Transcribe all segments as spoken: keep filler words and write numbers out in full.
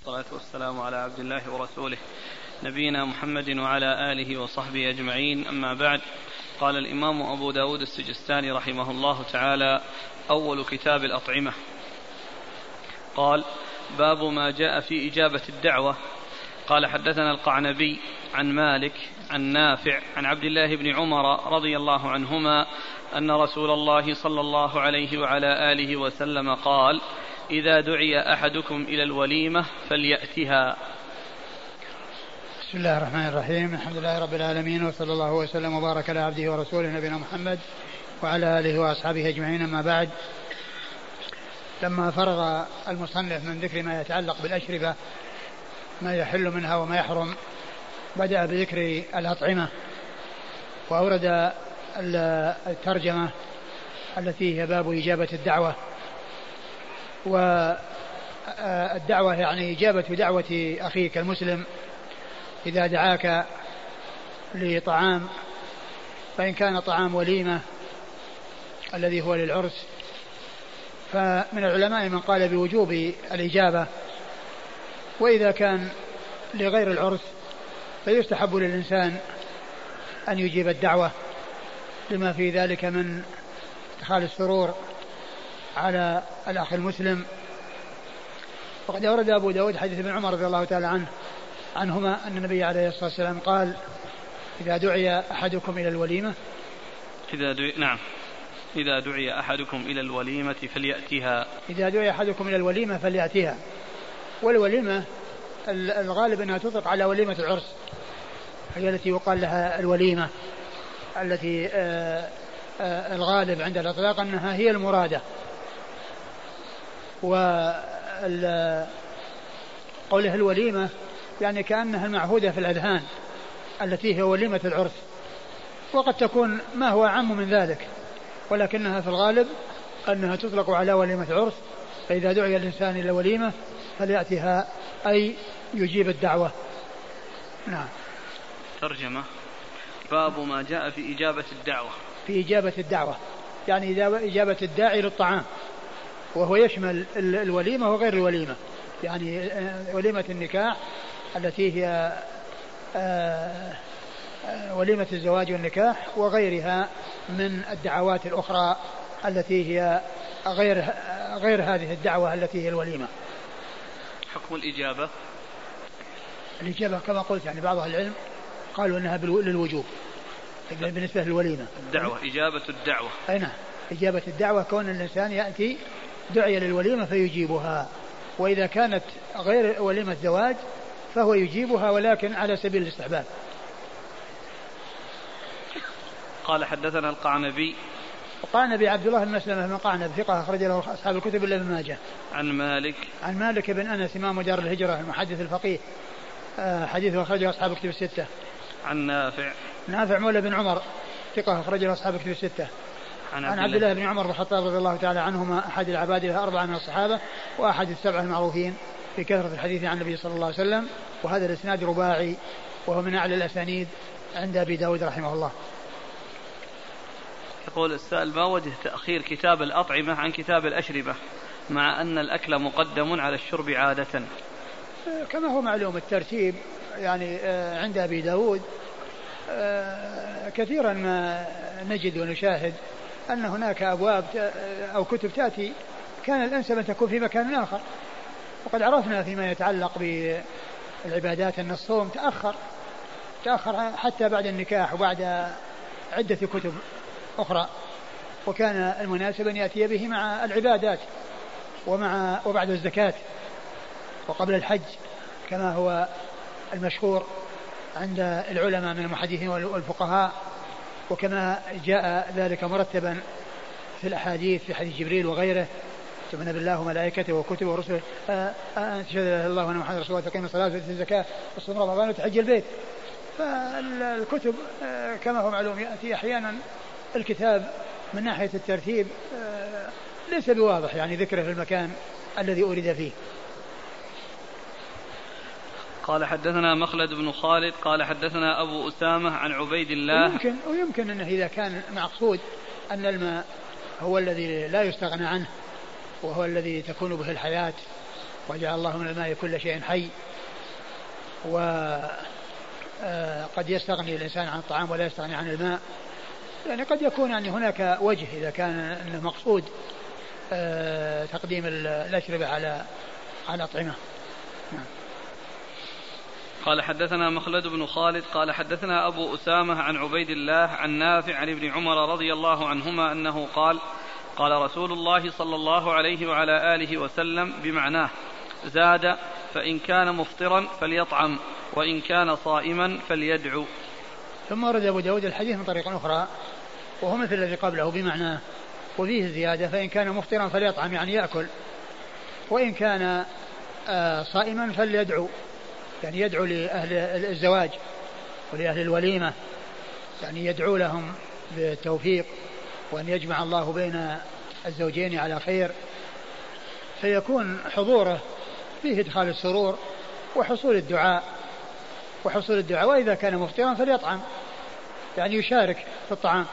والصلاة والسلام على عبد الله ورسوله نبينا محمد وعلى آله وصحبه أجمعين، أما بعد. قال الإمام أبو داود السجستاني رحمه الله تعالى: أول كتاب الأطعمة. قال: باب ما جاء في إجابة الدعوة. قال: حدثنا القعنبي عن مالك عن نافع عن عبد الله بن عمر رضي الله عنهما أن رسول الله صلى الله عليه وعلى آله وسلم قال: إذا دعي أحدكم إلى الوليمة فليأتها. بسم الله الرحمن الرحيم. الحمد لله رب العالمين، وصلى الله وسلم وبارك على عبده ورسوله نبينا محمد وعلى آله وأصحابه أجمعين، أما بعد. لما فرغ المصنف من ذكر ما يتعلق بالأشربة، ما يحل منها وما يحرم، بدأ بذكر الأطعمة، وأورد الترجمة التي هي باب إجابة الدعوة. والدعوة يعني إجابة دعوة أخيك المسلم إذا دعاك لطعام، فإن كان طعام وليمة الذي هو للعرس، فمن العلماء من قال بوجوب الإجابة، وإذا كان لغير العرس فيستحب للإنسان أن يجيب الدعوة لما في ذلك من إدخال السرور على الأخ المسلم. وقد أورد أبو داود حديث ابن عمر رضي الله تعالى عنه عنهما أن النبي عليه الصلاة والسلام قال: إذا دعي أحدكم إلى الوليمة إذا دعي نعم إذا دعي أحدكم إلى الوليمة فليأتها. إذا دعي أحدكم إلى الوليمة فليأتها. والوليمة الغالب أنها تطلق على وليمة العرس، هي التي يقال لها الوليمة، التي آآ آآ الغالب عند الإطلاق أنها هي المرادة. وقوله الوليمة يعني كأنها المعهودة في الأذهان التي هي وليمة العرس، وقد تكون ما هو أعم من ذلك، ولكنها في الغالب أنها تطلق على وليمة العرس. فإذا دعي الإنسان إلى وليمة فليأتها، أي يجيب الدعوة. نعم. ترجمة: باب ما جاء في إجابة الدعوة. في إجابة الدعوة يعني إجابة الداعي للطعام، وهو يشمل الوليمة وغير الوليمة، يعني وليمة النكاح التي هي وليمة الزواج والنكاح، وغيرها من الدعوات الأخرى التي هي غير غير هذه الدعوة التي هي الوليمة. حكم الإجابة. الإجابة كما قلت يعني بعض أهل العلم قالوا أنها للوجوب بالنسبة للوليمة. الدعوة إجابة الدعوة. أي نعم، إجابة الدعوة كون الإنسان يأتي دعي للوليمة فيجيبها، وإذا كانت غير وليمة زواج فهو يجيبها ولكن على سبيل الاستحباب. قال: حدثنا القعنبي. القعنبي عبد الله بن مسلمة بن قعنب ثقة أخرج له أصحاب الكتب إلا ابن ماجه. عن مالك. عن مالك بن أنس إمام دار الهجرة المحدث الفقيه، حديثه أخرجه أصحاب الكتب الستة. عن نافع. نافع مولى بن عمر ثقة أخرجه أصحاب الكتب الستة. عن عن عبد الله بن عمر بن الخطاب رضي الله تعالى عنهما، أحد العباد الأربعة من الصحابة وأحد السبعة المعروفين في كثرة الحديث عن النبي صلى الله عليه وسلم، وهذا الإسناد رباعي وهو من أعلى الأسانيد عند أبي داود رحمه الله. يقول السائل: ما وجه تأخير كتاب الأطعمة عن كتاب الأشربة مع أن الأكل مقدم على الشرب عادة؟ كما هو معلوم الترتيب يعني عند أبي داود كثيرا ما نجد ونشاهد أن هناك أبواب أو كتب تأتي كان الأنسب أن تكون في مكان آخر، وقد عرفنا فيما يتعلق بالعبادات أن الصوم تأخر تأخر حتى بعد النكاح وبعد عدة كتب أخرى، وكان المناسب أن يأتي به مع العبادات ومع وبعد الزكاة وقبل الحج كما هو المشهور عند العلماء من المحدثين والفقهاء، وكما جاء ذلك مرتبا في الأحاديث في حديث جبريل وغيره: تؤمن بالله وملائكته وكتبه ورسله أن تشهد الله وأن محمدا رسول الله وتقيم الصلاة وتؤتي الزكاة وتصوم رمضان وتحج البيت. فالكتب كما هو معلوم يأتي أحيانا الكتاب من ناحية الترتيب ليس بواضح يعني ذكره في المكان الذي أريد فيه. قال: حدثنا مخلد بن خالد قال: حدثنا أبو أسامة عن عبيد الله. ويمكن, ويمكن أنه إذا كان مقصود أن الماء هو الذي لا يستغنى عنه وهو الذي تكون به الحياة وجعل الله من الماء كل شيء حي. وقد يستغني الإنسان عن الطعام ولا يستغني عن الماء، يعني قد يكون يعني هناك وجه إذا كان مقصود تقديم الأشربة على على الأطعمة. قال حدثنا مخلد بن خالد قال حدثنا أبو أسامة عن عبيد الله عن نافع عن ابن عمر رضي الله عنهما أنه قال قال رسول الله صلى الله عليه وعلى آله وسلم بمعناه زاد فإن كان مفطرا فليطعم وإن كان صائما فليدعو. ثم ورد أبو داود الحديث من طريق أخرى وهو مثل الذي قبله بمعناه، وفيه زيادة فإن كان مفطرا فليطعم يعني يأكل، وإن كان صائما فليدعو يعني يدعو لأهل الزواج ولأهل الوليمة، يعني يدعو لهم بالتوفيق وأن يجمع الله بين الزوجين على خير، فيكون حضوره فيه إدخال السرور وحصول الدعاء وحصول الدعاء وإذا كان مفطرا فليطعم يعني يشارك في الطعام.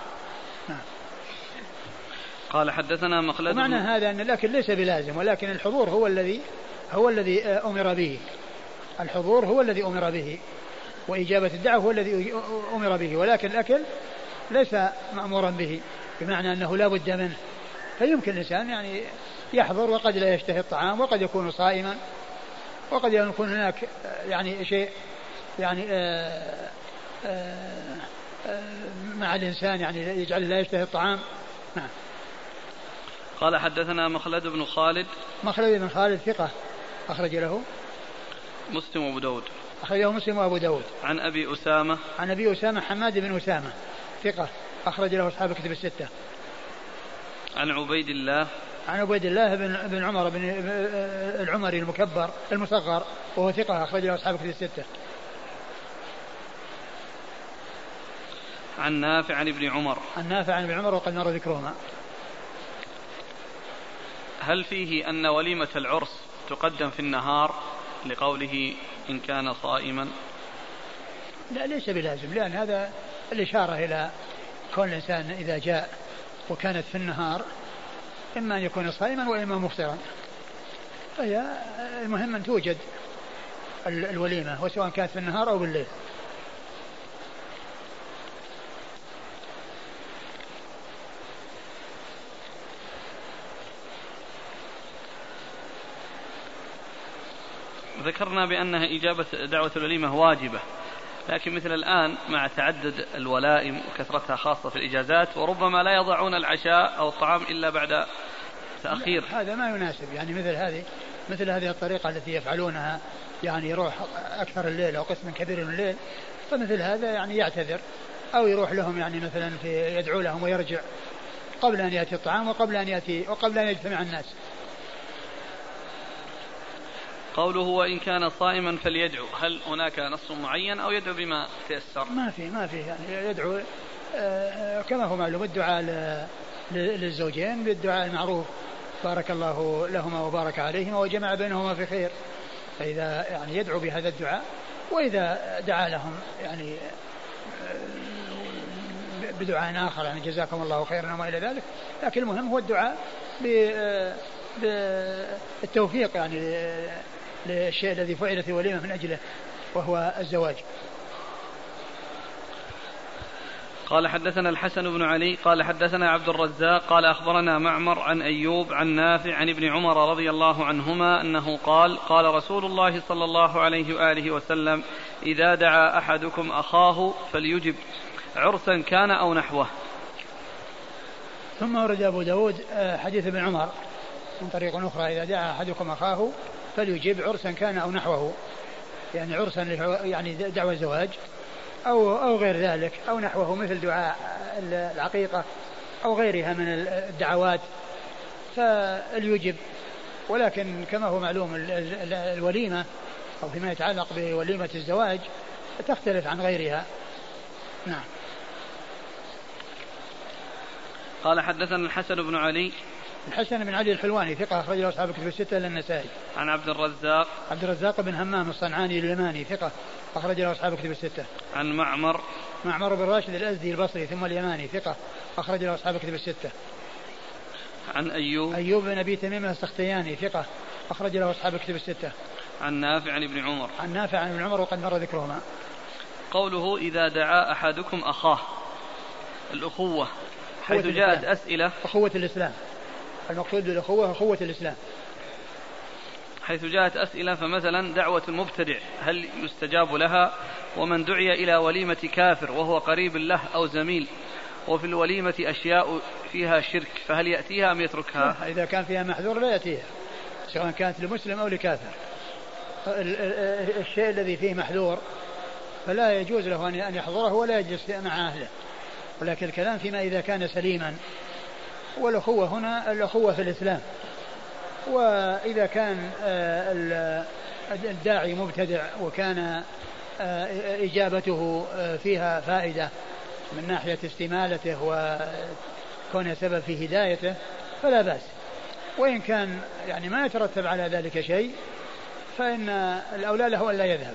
قال حدثنا مخلد. ومعنى هذا أن الأكل ليس بلازم، ولكن الحضور هو الذي هو الذي أمر به، الحضور هو الذي أمر به، وإجابة الدعوة هو الذي أمر به، ولكن الأكل ليس مأمورا به، بمعنى أنه لا بد منه. فيمكن الإنسان يعني يحضر وقد لا يشتهي الطعام وقد يكون صائما وقد يكون هناك يعني شيء يعني آآ آآ مع الإنسان يعني يجعل لا يشتهي الطعام. نعم. قال حدثنا مخلد بن خالد. مخلد بن خالد ثقة أخرج له مسلم وأبو داود. أخرجه مسلم وأبو داود. عن أبي أسامة. عن أبي أسامة حماد بن أسامة ثقة أخرج له أصحاب كتب الستة. عن عبيد الله. عن عبيد الله بن بن عمر بن العمري المكبر المصغر وهو ثقة أخرج له أصحاب كتب الستة. عن نافع عن ابن عمر. عن نافع عن ابن عمر وقد مر ذكرهما. هل فيه أن وليمة العرس تقدم في النهار لقوله إن كان صائما؟ لا ليس بلازم، لأن هذا الإشارة إلى كون الإنسان إذا جاء وكانت في النهار إما أن يكون صائما وإما مفطرا، فهي المهم أن توجد الوليمة وسواء كانت في النهار أو بالليل. ذكرنا بأنها إجابة دعوة الوليمة واجبة، لكن مثل الآن مع تعدد الولائم وكثرتها خاصة في الإجازات وربما لا يضعون العشاء أو الطعام إلا بعد تأخير. هذا ما يناسب، يعني مثل هذه مثل هذه الطريقة التي يفعلونها، يعني يروح أكثر الليل أو قسم كبير من الليل، فمثل هذا يعني يعتذر أو يروح لهم يعني مثلا في يدعو لهم ويرجع قبل أن يأتي الطعام وقبل أن يأتي وقبل أن يجتمع الناس. قوله وإن كان صائما فليدعو، هل هناك نص معين أو يدعو بما تيسر؟ ما في ما في يعني يدعو كما هو معلوم الدعاء للزوجين بالدعاء المعروف بارك الله لهما وبارك عليهما وجمع بينهما في خير، فإذا يعني يدعو بهذا الدعاء، وإذا دعا لهم يعني بدعاء آخر يعني جزاكم الله خيرا وما إلى ذلك، لكن المهم هو الدعاء بالتوفيق يعني للشيء الذي فعل في وليمة من أجله وهو الزواج. قال حدثنا الحسن بن علي قال حدثنا عبد الرزاق قال أخبرنا معمر عن أيوب عن نافع عن ابن عمر رضي الله عنهما أنه قال قال رسول الله صلى الله عليه وآله وسلم إذا دعا أحدكم أخاه فليجب عرسا كان أو نحوه. ثم ورد أبو داود حديث ابن عمر من طريق أخرى إذا دعا أحدكم أخاه فليجب عرسا كان أو نحوه، يعني عرسا يعني دعوة زواج أو أو غير ذلك أو نحوه مثل دعاء العقيقة أو غيرها من الدعوات فليجب. ولكن كما هو معلوم الوليمة أو فيما يتعلق بوليمة الزواج تختلف عن غيرها. نعم. قال حدثنا الحسن بن علي. الحسن بن علي الحلواني ثقة أخرج له أصحاب الكتب الستة إلا النسائي. عن عبد الرزاق. عبد الرزاق بن همام الصنعاني اليماني ثقة أخرج له أصحاب الكتب الستة. عن معمر. معمر بن راشد الأزدي البصري ثم اليماني ثقة أخرج له أصحاب الكتب الستة. عن أيوب. أيوب بن أبي تميم السختياني ثقة أخرج له أصحاب الكتب الستة. عن نافع عن ابن عمر. عن نافع عن ابن عمر وقد مر ذكرهما. قوله إذا دعا أحدكم أخاه، الأخوة حيث جاءت أسئلة. أخوة الإسلام، المقصود بالأخوة أخوة الإسلام. حيث جاءت أسئلة، فمثلا دعوة المبتدع هل يستجاب لها؟ ومن دعي إلى وليمة كافر وهو قريب له أو زميل وفي الوليمة أشياء فيها شرك فهل يأتيها أم يتركها؟ إذا كان فيها محذور لا يأتيها، سواء كانت لمسلم أو لكافر. الشيء الذي فيه محذور فلا يجوز له أن يحضره ولا يجلس مع أهله، ولكن الكلام فيما إذا كان سليما. والأخوة هنا الأخوة في الإسلام. وإذا كان الداعي مبتدع وكان إجابته فيها فائدة من ناحية استمالته وكون سبب في هدايته فلا بأس. وإن كان يعني ما يترتب على ذلك شيء فإن الأولى له أن لا يذهب.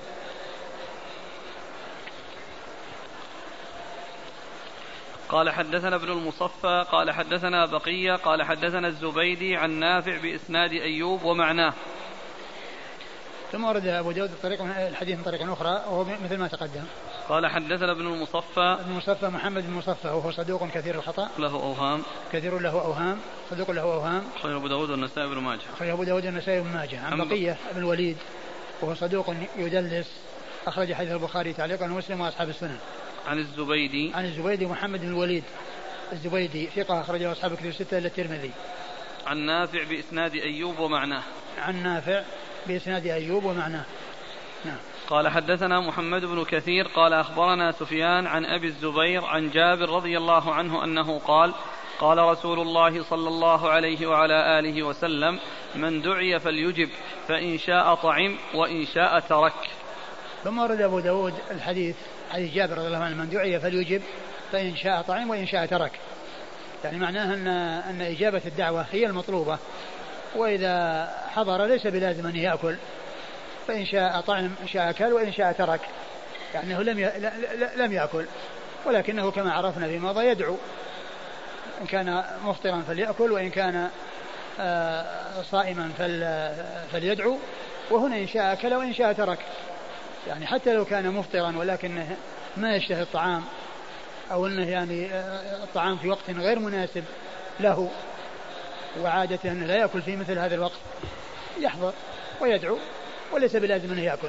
قال حدثنا ابن المصفى قال حدثنا بقية قال حدثنا الزبيدي عن نافع بإسناد أيوب ومعناه. ثم ورد أبو داود الطريق من الحديث من طريق أخرى وهو مثل ما تقدم. قال حدثنا ابن المصفى ابن المصفى محمد بن المصفى وهو صدوق كثير الخطأ له أوهام كثير له أوهام صدوق له أوهام. أخرجه أبو داود والنسائي بن ماجه. أخرجه أبو داود والنسائي بن ماجه. عن بقية بن الوليد وهو صدوق يدلس أخرج حديث البخاري تعليقا ومسلم وأصحاب السنن. عن الزبيدي عن الزبيدي محمد بن الوليد الزبيدي ثقة أخرجه أصحاب الكتب الستة إلا الترمذي. عن نافع بإسناد أيوب ومعناه. عن نافع بإسناد أيوب ومعناه. نعم. قال حدثنا محمد بن كثير قال أخبرنا سفيان عن أبي الزبير عن جابر رضي الله عنه أنه قال قال رسول الله صلى الله عليه وعلى آله وسلم من دعي فليجب فإن شاء طعم وإن شاء ترك. ثم ورد أبو داود الحديث حديث جابر رضي الله عنه من دعي فليجب فإن شاء طعم وإن شاء ترك، يعني معناها أن, أن إجابة الدعوة هي المطلوبة، وإذا حضر ليس بلازم أن يأكل، فإن شاء طعم إن شاء أكل وإن شاء ترك، يعني أنه لم لم يأكل، ولكنه كما عرفنا في ماضى يدعو، إن كان مفطرا فليأكل وإن كان صائما فليدعو، وهنا إن شاء أكل وإن شاء ترك، يعني حتى لو كان مفطرا ولكنه ما يشتهي الطعام أو أنه يعني الطعام في وقت غير مناسب له وعادته أنه لا يأكل في مثل هذا الوقت، يحضر ويدعو وليس بلازم أنه يأكل.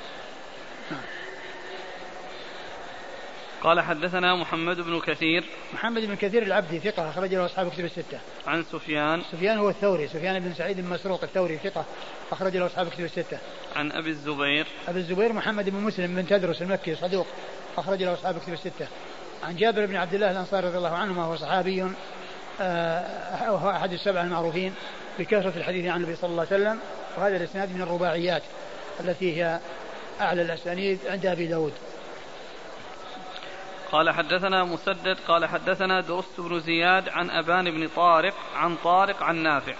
قال حدثنا محمد بن كثير محمد بن كثير العبدي ثقة أخرج له أصحاب كتب الستة. عن سفيان سفيان هو الثوري سفيان بن سعيد بن مسروق الثوري ثقة أخرج له أصحاب كتب الستة. عن أبي الزبير أبي الزبير محمد بن مسلم بن تدرس المكي صدوق أخرج له أصحاب كتب الستة. عن جابر بن عبد الله الأنصاري رضي الله عنهما وهو صحابي وهو أحد السبعة المعروفين بكثرة الحديث عن النبي صلى الله عليه وسلم، وهذا الإسناد من الرباعيات التي هي أعلى الأسانيد عند أبي داود. قال حدثنا مسدد قال حدثنا درست بن زياد عن أبان بن طارق عن طارق عن نافع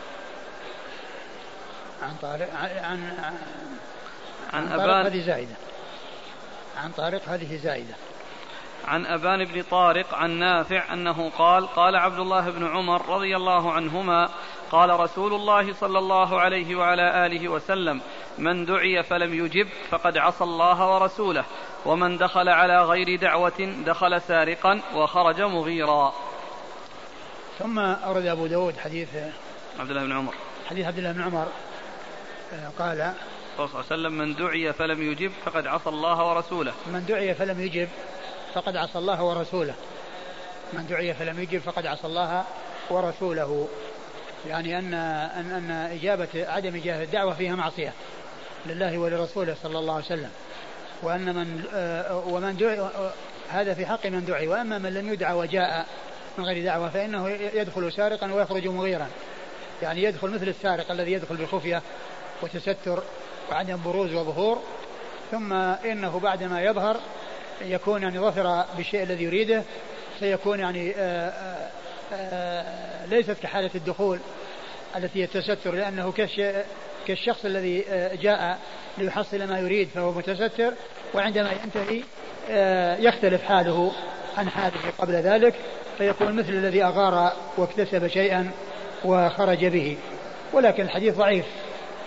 عن طارق عن عن, عن, عن أبان هذه زائدة عن طارق هذه زائدة عن أبان بن طارق عن نافع أنه قال قال عبد الله بن عمر رضي الله عنهما قال رسول الله صلى الله عليه وعلى آله وسلم من دعي فلم يجب فقد عصى الله ورسوله، ومن دخل على غير دعوة دخل سارقا وخرج مغيرا. ثم أورد أبو داود حديث عبد الله بن عمر حديث عبد الله بن عمر قال صلى الله عليه وسلم من دعي فلم يجب فقد عصى الله ورسوله من دعي فلم يجب فقد عصى الله ورسوله من دعي فلم يجب فقد عصى الله ورسوله، يعني أن أن, أن إجابة عدم إجابة الدعوة فيها معصية لله ولرسوله صلى الله عليه وسلم، وأن من ومن دعي هذا في حق من دعي، وأما من لم يدعى وجاء من غير دعوة فإنه يدخل سارقا ويخرج مغيرا، يعني يدخل مثل السارق الذي يدخل بالخفية وتستر وعدم بروز وظهور، ثم إنه بعدما يظهر يكون يعني ظفر بالشيء الذي يريده، فيكون يعني آآ آآ ليست كحالة الدخول التي التستر، لأنه كالشخص الذي جاء ليحصل ما يريد فهو متستر، وعندما ينتهي يختلف حاله عن حاله قبل ذلك، فيكون مثل الذي أغار واكتسب شيئا وخرج به. ولكن الحديث ضعيف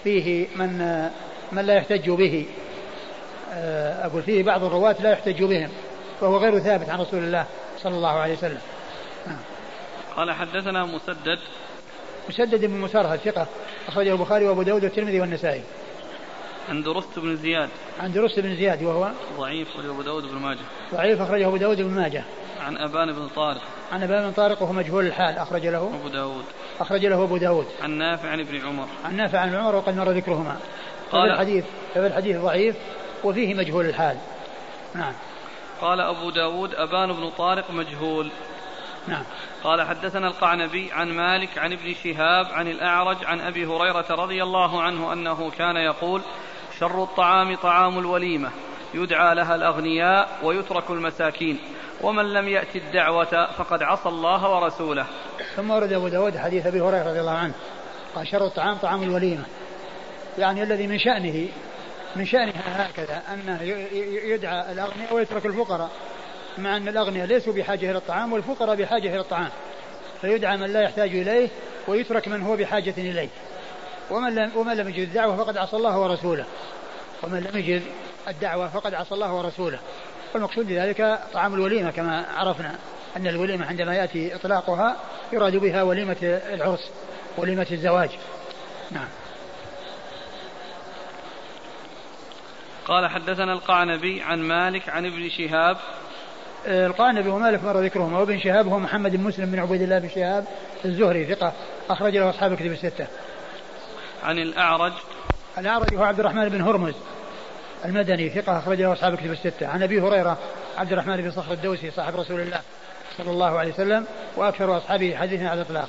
فيه من من لا يحتج به، أقول فيه بعض الرواة لا يحتج بهم، فهو غير ثابت عن رسول الله صلى الله عليه وسلم. قال حدثنا مسدد مسدد بن مسرهد ثقة أخرجه البخاري وأبو داود والترمذي والنسائي. عن درست بن زياد عن درست بن زياد وهو ضعيف أخرجه أبو داود بن ماجه ضعيف أخرجه أبو داود بن ماجه. عن أبان بن طارق عن أبان بن طارق وهو مجهول الحال أخرج له أبو داود أخرج له أبو داود. عن نافع عن ابن عمر عن نافع عن عمر وقد مر ذكرهما. قال الحديث الحديث ضعيف وفيه مجهول الحال. نعم. قال أبو داود أبان بن طارق مجهول. نعم. قال حدثنا القعنبي عن مالك عن ابن شهاب عن الأعرج عن أبي هريرة رضي الله عنه أنه كان يقول شر الطعام طعام الوليمة يدعى لها الأغنياء ويترك المساكين ومن لم يأت الدعوة فقد عصى الله ورسوله. ثم ورد أبو داود حديث أبي هريرة رضي الله عنه قال شر الطعام طعام الوليمة، يعني الذي من شأنه من شأنها هكذا أنه يدعى الأغنياء ويترك الفقراء، مع أن الأغنياء ليسوا بحاجة إلى الطعام والفقراء بحاجة إلى الطعام، فيدعى من لا يحتاج إليه ويترك من هو بحاجة إليه. ومن لم, ومن لم يجد الدعوة فقد عصى الله ورسوله ومن لم يجد الدعوة فقد عصى الله ورسوله. والمقصود بذلك طعام الوليمة كما عرفنا أن الوليمة عندما يأتي إطلاقها يراد بها وليمة العرس وليمة الزواج. نعم. قال حدثنا القعنبي عن مالك عن ابن شهاب. القعنبي ومالك مر ذكرهم، وابن شهاب هو محمد بن مسلم بن عبيد الله بن شهاب الزهري ثقة أخرج له أصحاب الكتب الستة. عن الأعرج الأعرج هو عبد الرحمن بن هرمز المدني ثقة أخرج له أصحاب الكتب الستة. عن أبي هريرة عبد الرحمن بن صخر الدوسي صاحب رسول الله صلى الله عليه وسلم وأكثر أصحابه حديثا على الإطلاق.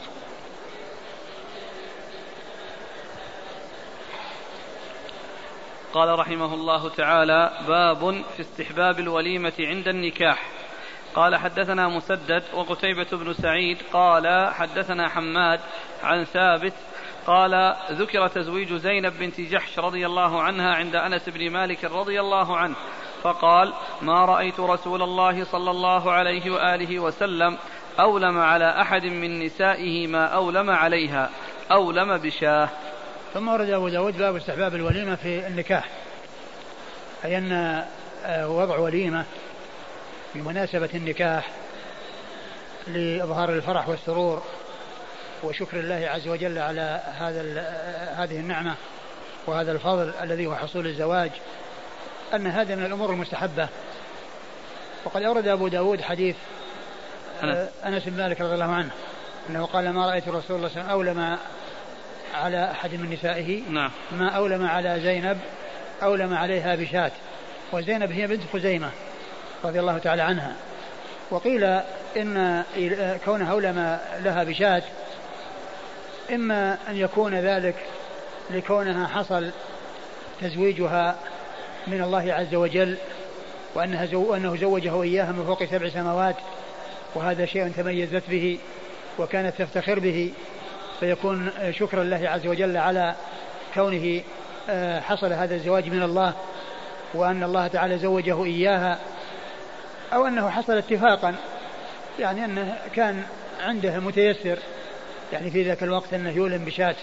قال رحمه الله تعالى باب في استحباب الوليمة عند النكاح. قال حدثنا مسدد وقتيبة بن سعيد قال حدثنا حماد عن ثابت قال ذكر تزويج زينب بنت جحش رضي الله عنها عند أنس بن مالك رضي الله عنه فقال ما رأيت رسول الله صلى الله عليه وآله وسلم أولم على أحد من نسائه ما أولم عليها أولم بشاه. ثم ورد أبو داود باب استحباب الوليمة في النكاح، أي أن وضع وليمة بمناسبة النكاح لإظهار الفرح والسرور وشكر الله عز وجل على هذا هذه النعمة وهذا الفضل الذي هو حصول الزواج، أن هذا من الأمور المستحبة. وقد أورد أبو داود حديث أنس بن مالك رضي الله عنه أنه قال ما رأيت رسول الله صلى الله عليه وسلم أولم على أحد من نسائه نعم. ما أولم على زينب أولم عليها بشات، وزينب هي بنت خزيمة رضي الله تعالى عنها. وقيل إن كونها أولم لها بشات إما أن يكون ذلك لكونها حصل تزويجها من الله عز وجل وأنها زو أنه زوجه إياها من فوق سبع سماوات، وهذا شيء تميزت به وكانت تفتخر به، فيكون شكرا الله عز وجل على كونه حصل هذا الزواج من الله وأن الله تعالى زوجه إياها، أو أنه حصل اتفاقا، يعني أنه كان عنده متيسر يعني في ذاك الوقت أنه يولم بشات.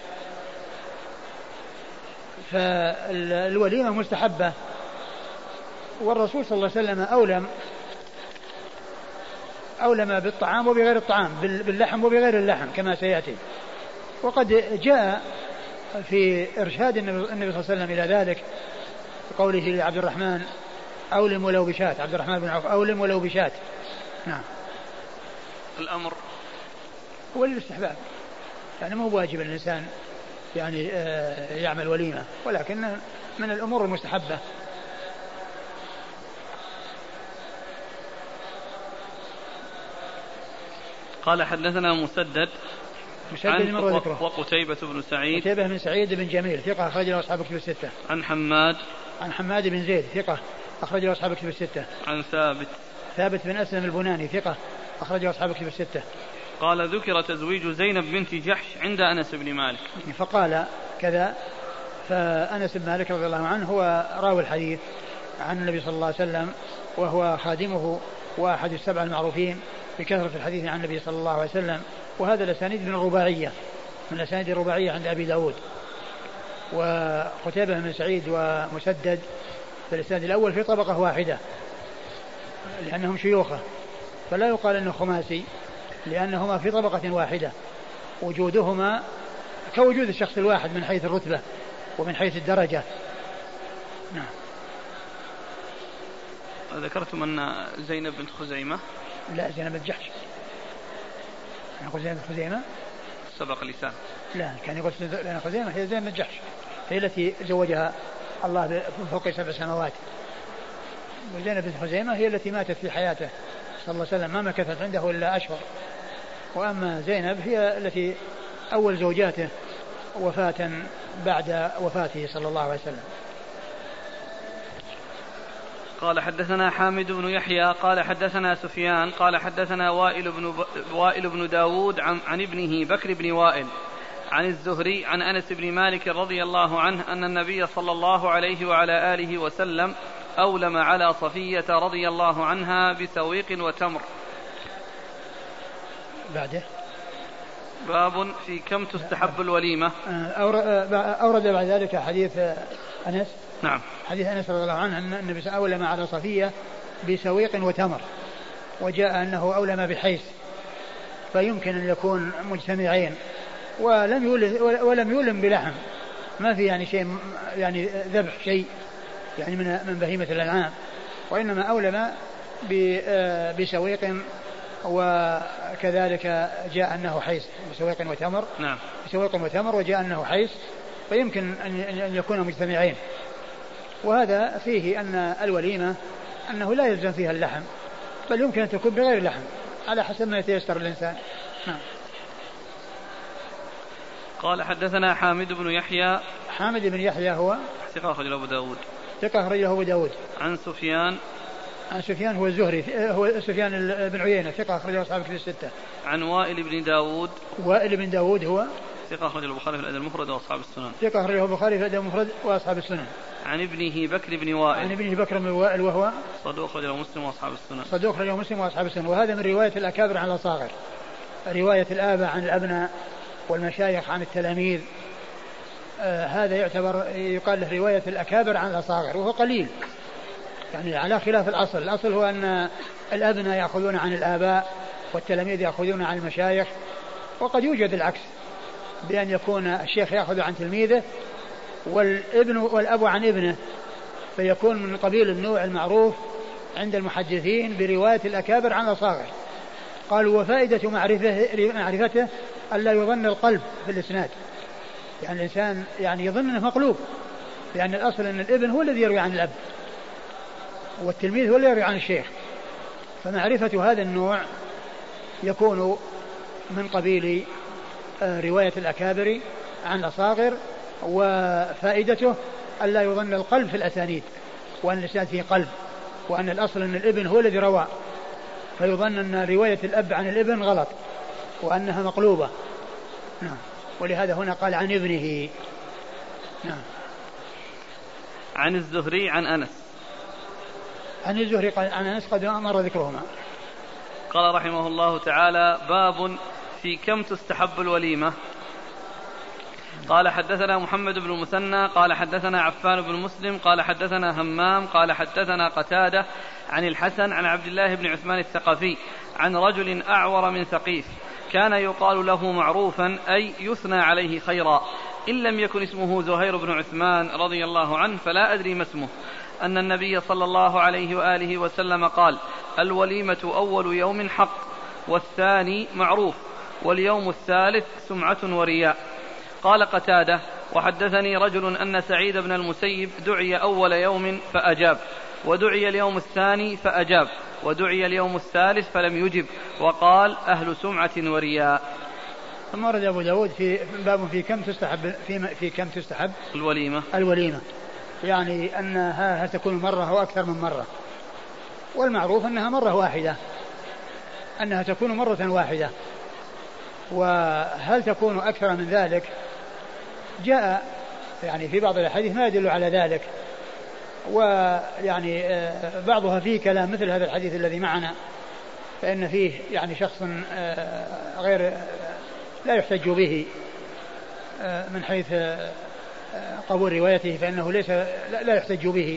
فالوليمة مستحبة، والرسول صلى الله عليه وسلم أولم أولم بالطعام وبغير الطعام، باللحم وبغير اللحم كما سيأتي. وقد جاء في إرشاد النبي صلى الله عليه وسلم إلى ذلك بقوله لعبد الرحمن أولم ولو بشات، عبد الرحمن بن عوف أولم ولو بشات. نعم. الأمر هو الاستحباب، يعني مو واجب الإنسان يعني يعمل وليمة، ولكن من الأمور المستحبة. قال حدثنا مسدد مسدد وقتيبة بن سعيد قتيبة بن سعيد بن جميل ثقة أخرج له أصحاب الكتب الستة. عن حماد عن حماد بن زيد ثقة أخرج له أصحاب الكتب الستة. عن ثابت ثابت بن أسلم البناني ثقة أخرج له أصحاب الكتب الستة. قال ذكر تزويج زينب بنت جحش عند أنس بن مالك، فقال كذا. فأنس بن مالك رضي الله عنه هو راوي الحديث عن النبي صلى الله عليه وسلم، وهو خادمه وأحد السبع المعروفين بكثرة الحديث عن النبي صلى الله عليه وسلم، وهذا الأسانيد من الرباعية من الأسانيد الرباعية عند أبي داود. وقتيبة بن سعيد ومسدد في الإسناد الأول في طبقة واحدة لأنهم شيوخه، فلا يقال أنه خماسي لأنهما في طبقة واحدة، وجودهما كوجود الشخص الواحد من حيث الرتبة ومن حيث الدرجة. نعم. ذكرتم أن زينب بنت خزيمة. لا، زينب بنت جحش. نقول زينب بنت خزيمة سبق لسان. لا، كان يقول زينب خزيمة هي زينب بنت جحش، هي التي زوجها الله فوق سبع سنوات، وزينب بنت خزيمة هي التي ماتت في حياته صلى الله عليه وسلم، ما مكثت عنده إلا أشهر. وأما زينب هي التي أول زوجاته وفاة بعد وفاته صلى الله عليه وسلم. قال حدثنا حامد بن يحيى قال حدثنا سفيان قال حدثنا وائل بن, ب... وائل بن داود عن... عن ابنه بكر بن وائل عن الزهري عن أنس بن مالك رضي الله عنه أن النبي صلى الله عليه وعلى آله وسلم أولم على صفية رضي الله عنها بسويق وتمر. بعده باب في كم تستحب الوليمة. أورد بعد ذلك حديث أنس. نعم. حديث أنس رضي الله عنه أن النبي أولم على صفية بسويق وتمر، وجاء أنه أولم بحيث، فيمكن أن يكون مجتمعين، ولم يولم ولم يولم بلحم، ما في يعني شيء يعني ذبح شيء يعني من من بهيمة الأنعام، وإنما أولم بسويق، وكذلك جاء أنه حيث بسويق وتمر. نعم. بسويق وتمر وجاء أنه حيث، فيمكن أن يكون مجتمعين. وهذا فيه أن الوليمة أنه لا يلزم فيها اللحم، بل يمكن أن تكون بغير اللحم على حسب ما يتيسر الإنسان. نعم. قال حدثنا حامد بن يحيى. حامد بن يحيى هو ثقة أخرجه أبو داود. ثقة أخرجه أبو داود. عن سفيان. عن سفيان هو الزهري، هو سفيان بن عيينة، ثقة أخرجه أصحاب الكتب الستة. عن وائل بن داود. وائل بن داود هو ثقة أخرجه البخاري في الأدب المفرد وأصحاب السنن. ثقة أخرجه البخاري في الأدب المفرد وأصحاب السنن. عن ابنه بكر بن وائل. عن ابنه بكر بن وائل وهو صدوق أخرجه مسلم وأصحاب السنن. صدوق أخرجه مسلم وأصحاب السنن. وهذا من رواية الأكابر عن الأصاغر، رواية الآباء عن الأبناء والمشايخ عن التلاميذ. آه هذا يعتبر يقال له رواية الأكابر عن الأصاغر، وهو قليل يعني على خلاف الأصل. الأصل هو أن الأبناء يأخذون عن الآباء والتلاميذ يأخذون عن المشايخ، وقد يوجد العكس بأن يكون الشيخ يأخذ عن تلميذه والابن والأب عن ابنه، فيكون من قبيل النوع المعروف عند المحدثين برواية الأكابر عن الأصاغر. قالوا وفائدة معرفته, معرفته ألا يظن القلب في الإسناد، يعني الإنسان يعني يظن أنه مقلوب، لأن الأصل أن الابن هو الذي يروي عن الأب والتلميذ هو الذي يروي عن الشيخ، فمعرفة هذا النوع يكون من قبيل رواية الأكابر عن الأصاغر، وفائدته ألا يظن القلب في الأسانيد، وأن الإسناد فيه قلب، وأن الأصل أن الابن هو الذي روى، فيظن أن رواية الأب عن الابن غلط وأنها مقلوبة. نعم. ولهذا هنا قال عن ابنه. نعم. عن الزهري عن أنس. عن الزهري قال عن أنس قد أمر ذكرهما. قال رحمه الله تعالى باب في كم تستحب الوليمة. قال حدثنا محمد بن المثنى قال حدثنا عفان بن مسلم قال حدثنا همام قال حدثنا قتادة عن الحسن عن عبد الله بن عثمان الثقفي عن رجل أعور من ثقيف كان يقال له معروفا أي يثنى عليه خيرا، إن لم يكن اسمه زهير بن عثمان رضي الله عنه فلا أدري ما اسمه، أن النبي صلى الله عليه وآله وسلم قال الوليمة أول يوم حق، والثاني معروف، واليوم الثالث سمعة ورياء. قال قتادة وحدثني رجل أن سعيد بن المسيب دعي أول يوم فأجاب، ودعي اليوم الثاني فأجاب، ودعي اليوم الثالث فلم يجب، وقال أهل سمعة ورياء. ثم ورد أبو داود في باب في كم تستحب في, في كم تستحب الوليمة. الوليمة يعني أنها تكون مرة أو أكثر من مرة، والمعروف أنها مرة واحدة، أنها تكون مرة واحدة. وهل تكون أكثر من ذلك جاء يعني في بعض الحديث ما يدل على ذلك، ويعني بعضها فيه كلام مثل هذا الحديث الذي معنا، فإن فيه يعني شخص غير لا يحتج به من حيث قبول روايته فإنه ليس لا يحتج به.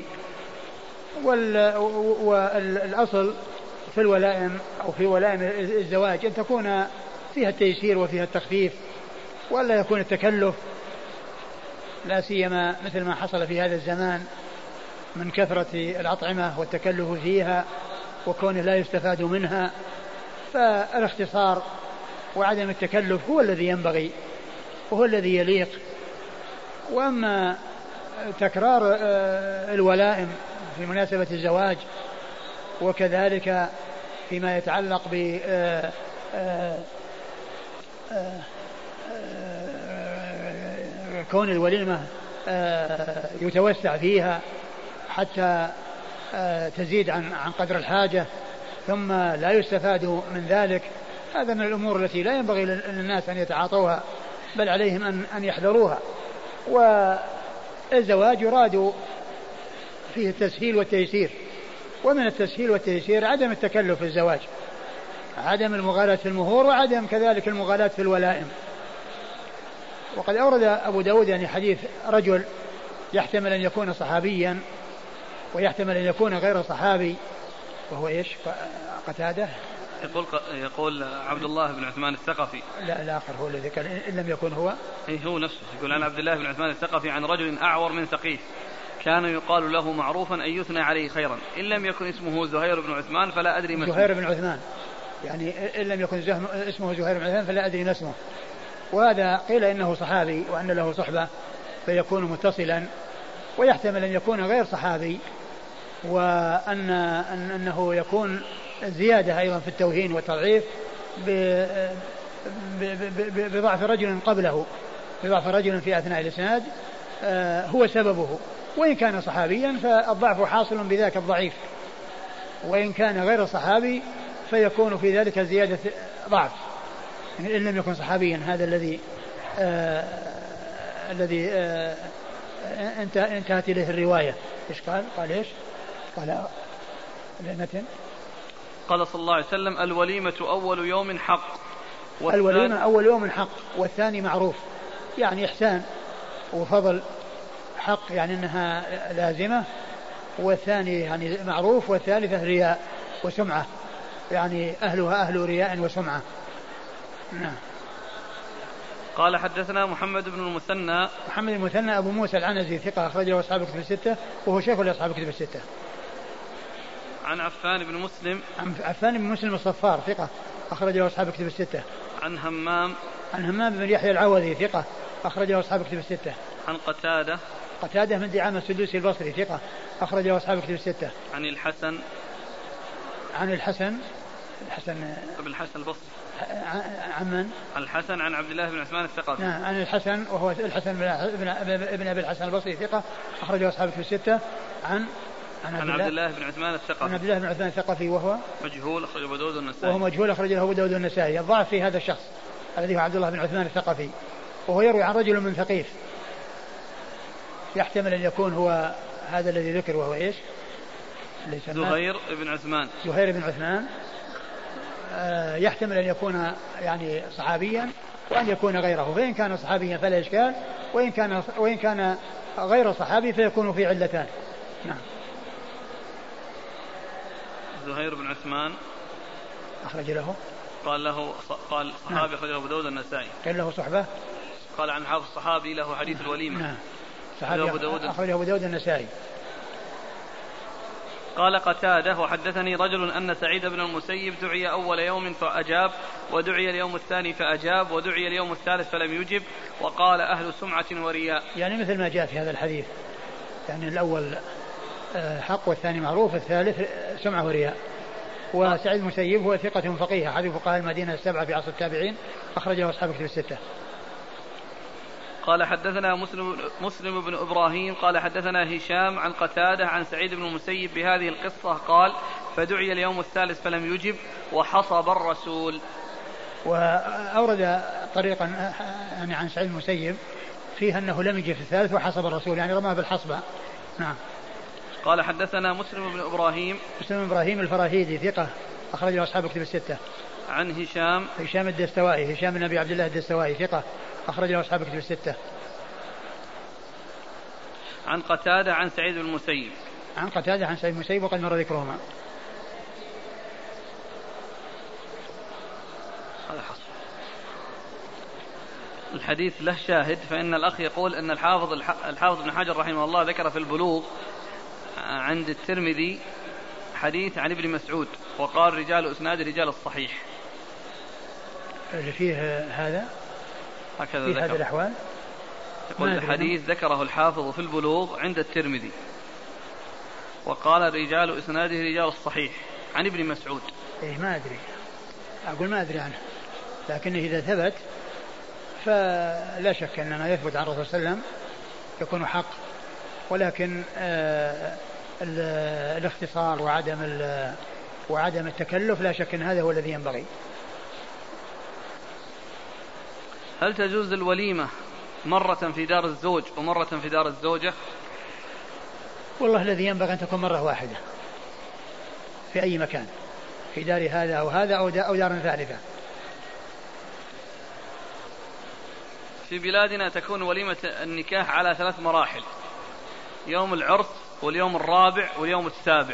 والأصل في الولائم أو في ولائم الزواج أن تكون فيها التيسير وفيها التخفيف ولا يكون التكلف، لا سيما مثل ما حصل في هذا الزمان من كثرة الأطعمة والتكلف فيها وكونه لا يستفاد منها. فالاختصار وعدم التكلف هو الذي ينبغي وهو الذي يليق. وأما تكرار الولائم في مناسبة الزواج وكذلك فيما يتعلق ب كون الوليمة يتوسع فيها حتى تزيد عن عن قدر الحاجة ثم لا يستفاد من ذلك، هذا من الأمور التي لا ينبغي للناس أن يتعاطوها بل عليهم أن أن يحذروها. والزواج يراد فيه التسهيل والتيسير، ومن التسهيل والتيسير عدم التكلف في الزواج، عدم المغالاة في المهور وعدم كذلك المغالاة في الولائم. وقد أورد أبو داود يعني حديث رجل يحتمل أن يكون صحابيا ويحتمل أن يكون غير صحابي، وهو إيش؟ قتادة. يقول يقول عبد الله بن عثمان الثقفي. لا الآخر هو الذي كان إن لم يكن هو. أي هو نفسه. يقول عن عبد الله بن عثمان الثقفي عن رجل أعور من ثقيف كان يقال له معروفا أن يثنى عليه خيرا، إن لم يكن اسمه زهير بن عثمان فلا أدري ما اسمه. زهير بن عثمان يعني إن لم يكن اسمه زهير بن عثمان فلا أدري ما اسمه. وهذا قيل إنه صحابي وأن له صحبة فيكون متصلا، ويحتمل أن يكون غير صحابي وأن أن أنه يكون زيادة أيضا في التوهين والتضعيف بضعف رجل قبله، بضعف رجل في أثناء الإسناد هو سببه. وإن كان صحابيا فالضعف حاصل بذاك الضعيف، وإن كان غير صحابي فيكون في ذلك زيادة ضعف إن لم يكن صحابيا. هذا الذي آه الذي آه انتهت إليه الرواية. إيش قال؟ قال إيش؟ قال المتن قال صلى الله عليه وسلم الوليمة أول يوم حق. الوليمة أول يوم حق والثاني معروف، يعني إحسان وفضل. حق يعني أنها لازمة، والثاني يعني معروف، والثالثة رياء وسمعة، يعني أهلها أهل رياء وسمعة. نعم. قال حدثنا محمد بن المثنى. محمد المثنى أبو موسى العنزي ثقة أخرجه أصحاب الكتب الستة وهو شيخ لأصحاب الكتب الستة. عن عفان بن مسلم. عفان بن مسلم الصفار ثقة أخرجه أصحاب الكتب الستة. عن همام. عن همام بن يحيى العوذي ثقة أخرجه أصحاب الكتب الستة. عن قتادة. قتادة من دعامة السدوسي البصري ثقة أخرجه أصحاب الكتب الستة. عن الحسن. عن الحسن الحسن ابن الحسن البصري. عن من؟ الحسن عن عبد الله بن عثمان الثقفي. نعم عن الحسن وهو الحسن بن ابن ابي الحسن البصري ثقة أخرجه أصحاب الكتب الستة. عن عن عبد, عبد الله بن عثمان الثقفي. عن عبد الله بن عثمان الثقفي وهو مجهول أخرجه أبو داود والنسائي. وهو مجهول أخرجه أبو داود والنسائي. الضعف في هذا الشخص الذي هو عبد الله بن عثمان الثقفي، وهو يروي عن رجل من ثقيف، يحتمل أن يكون هو هذا الذي ذكر وهو إيش؟ زهير بن عثمان. زهير بن عثمان يحتمل أن يكون يعني صحابيا وأن يكون غيره، فإن كان صحابيا فلا إشكال، وإن كان وإن كان غير صحابي فيكون في علتان. نعم. زهير بن عثمان أخرج له. قال له قال صحابي أخرج له أبو داود النسائي. قال له صحبة. قال عن حافظ الصحابي له حديث الوليمة. نعم. صحابي أخرج أبو داود النسائي. قال قتادة وحدثني رجل أن سعيد بن المسيب دعي أول يوم فأجاب، ودعي اليوم الثاني فأجاب، ودعي اليوم الثالث فلم يجب، وقال أهل سمعة ورياء. يعني مثل ما جاء في هذا الحديث، يعني الأول حق والثاني معروف، الثالث سمعة ورياء. وسعيد المسيب هو ثقة فقيه أحد فقهاء المدينة السبعة في عصر التابعين أخرجه أصحاب الكتب الستة. قال حدثنا مسلم, مسلم بن إبراهيم قال حدثنا هشام عن قتادة عن سعيد بن المسيب بهذه القصة قال فدعي اليوم الثالث فلم يجب وحصب الرسول. وأورد طريقا يعني عن سعيد المسيب فيها أنه لم يجب في الثالث وحصب الرسول، يعني رماه بالحصبة. نعم. قال حدثنا مسلم بن إبراهيم. مسلم بن إبراهيم الفراهيدي ثقة أخرجه أصحاب الكتب الستة. عن هشام. هشام الدستوائي هشام بن أبي عبد الله الدستوائي ثقة أخرجه أصحاب الكتب الستة. عن قتادة عن سعيد بن المسيب. عن قتادة عن سعيد بن المسيب وقد مر ذكرهما. هذا حصل. الحديث له شاهد، فإن الأخ يقول أن الحافظ الحافظ ابن حجر رحمه الله ذكر في البلوغ عند الترمذي حديث عن ابن مسعود وقال رجال أسناد رجال الصحيح. اللي فيه هذا هكذا في ذكر. هذه الأحوال يقول الحديث ذكره الحافظ في البلوغ عند الترمذي وقال رجال أسناده رجال الصحيح عن ابن مسعود. إيه ما أدري، أقول ما أدري عنه، لكنه إذا ثبت فلا شك أن ما يثبت عن الرسول صلى الله عليه وسلم يكون حق، ولكن آه الاختصار وعدم وعدم التكلف لا شك أن هذا هو الذي ينبغي. هل تجوز الوليمة مرة في دار الزوج ومرة في دار الزوجة؟ والله الذي ينبغي أن تكون مرة واحدة في أي مكان، في دار هذا أو هذا أو دار ثالثة. في بلادنا تكون وليمة النكاح على ثلاث مراحل: يوم العرس واليوم الرابع واليوم السابع.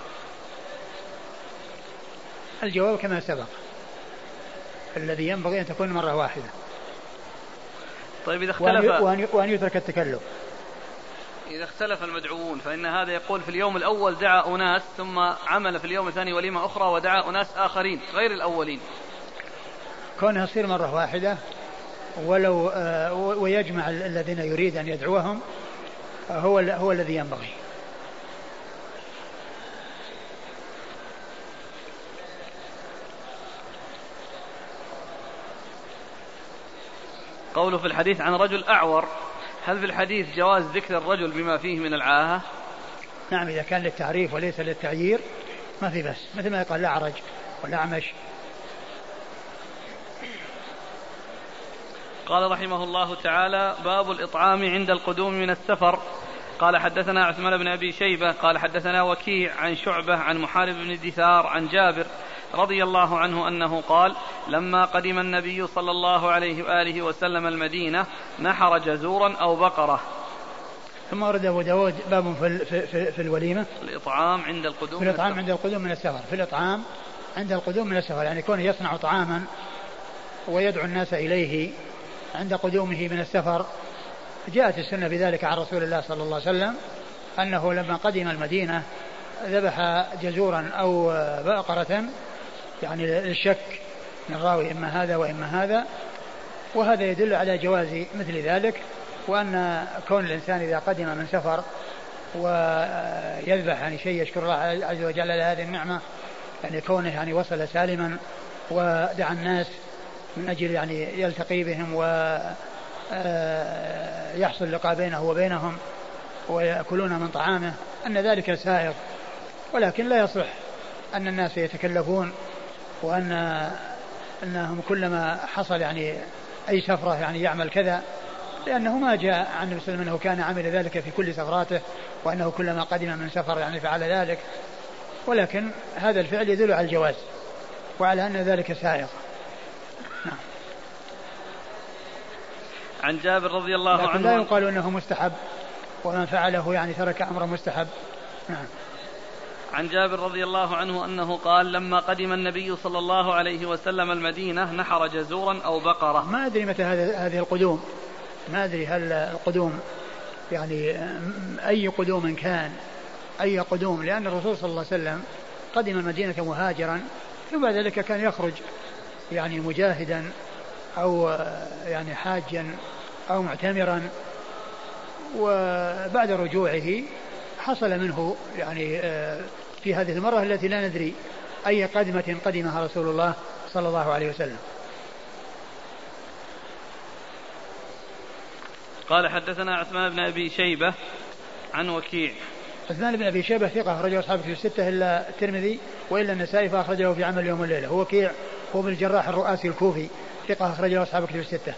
الجواب كما سبق، الذي ينبغي أن تكون مرة واحدة. طيب إذا اختلف وأن, وأن يترك التكلف. إذا اختلف المدعوون، فإن هذا يقول في اليوم الأول دعا أناس ثم عمل في اليوم الثاني وليمة أخرى ودعا أناس آخرين غير الأولين. كونها تصير مرة واحدة ولو آه ويجمع الذين يريد أن يدعوهم آه هو هو الذي ينبغي. قوله في الحديث عن رجل أعور، هل في الحديث جواز ذكر الرجل بما فيه من العاهة؟ نعم، إذا كان للتعريف وليس للتعيير ما في بس، مثل ما يقال الأعرج والأعمش. قال رحمه الله تعالى: باب الإطعام عند القدوم من السفر. قال حدثنا عثمان بن أبي شيبة قال حدثنا وكيع عن شعبة عن محارب بن دثار عن جابر رضي الله عنه أنه قال: لما قدم النبي صلى الله عليه وآله وسلم المدينة نحر جزورا أو بقرة. ثم ورد أبو داود باب في, في, في, في الوليمة الإطعام عند القدوم في الإطعام عند القدوم من السفر في الإطعام عند القدوم من السفر، يعني كونه يصنع طعاما ويدعو الناس إليه عند قدومه من السفر. جاءت السنة بذلك عن رسول الله صلى الله عليه وسلم أنه لما قدم المدينة ذبح جزورا أو بقرة، يعني للشك من الراوي إما هذا وإما هذا، وهذا يدل على جواز مثل ذلك، وأن كون الإنسان إذا قدم من سفر ويذبح يعني شيء يشكر الله عز وجل على هذه النعمة، يعني كونه يعني وصل سالما ودعا الناس من أجل يعني يلتقي بهم ويحصل لقاء بينه وبينهم ويأكلون من طعامه، أن ذلك سائغ. ولكن لا يصح أن الناس يتكلفون وأن أنهم كلما حصل يعني أي سفرة يعني يعمل كذا، لأنه ما جاء عن النبي صلى الله عليه وسلم أنه كان عمل ذلك في كل سفراته وأنه كلما قدم من سفر يعني فعل ذلك، ولكن هذا الفعل يدل على الجواز وعلى أن ذلك سائغ. نعم. عن جابر رضي الله عنه لا يقال أنه مستحب ومن فعله يعني ترك أمر مستحب. نعم. عن جابر رضي الله عنه أنه قال: لما قدم النبي صلى الله عليه وسلم المدينة نحر جزورا أو بقرة. ما أدري متى هذه القدوم، ما أدري هل القدوم يعني أي قدوم كان أي قدوم، لأن الرسول صلى الله عليه وسلم قدم المدينة مهاجرا ثم بعد ذلك كان يخرج يعني مجاهدا أو يعني حاجا أو معتمرا، وبعد رجوعه حصل منه يعني في هذه المرة التي لا ندري أي قدمة قدمها رسول الله صلى الله عليه وسلم. قال حدثنا عثمان بن أبي شيبة عن وكيع. عثمان بن أبي شيبة ثقة أخرجه أصحاب الكتب الستة إلا الترمذي وإلا النسائي فأخرجه في عمل يوم والليلة. هو وكيع هو بن الجراح الرؤاسي الكوفي ثقة أخرجه أصحاب الكتب الستة.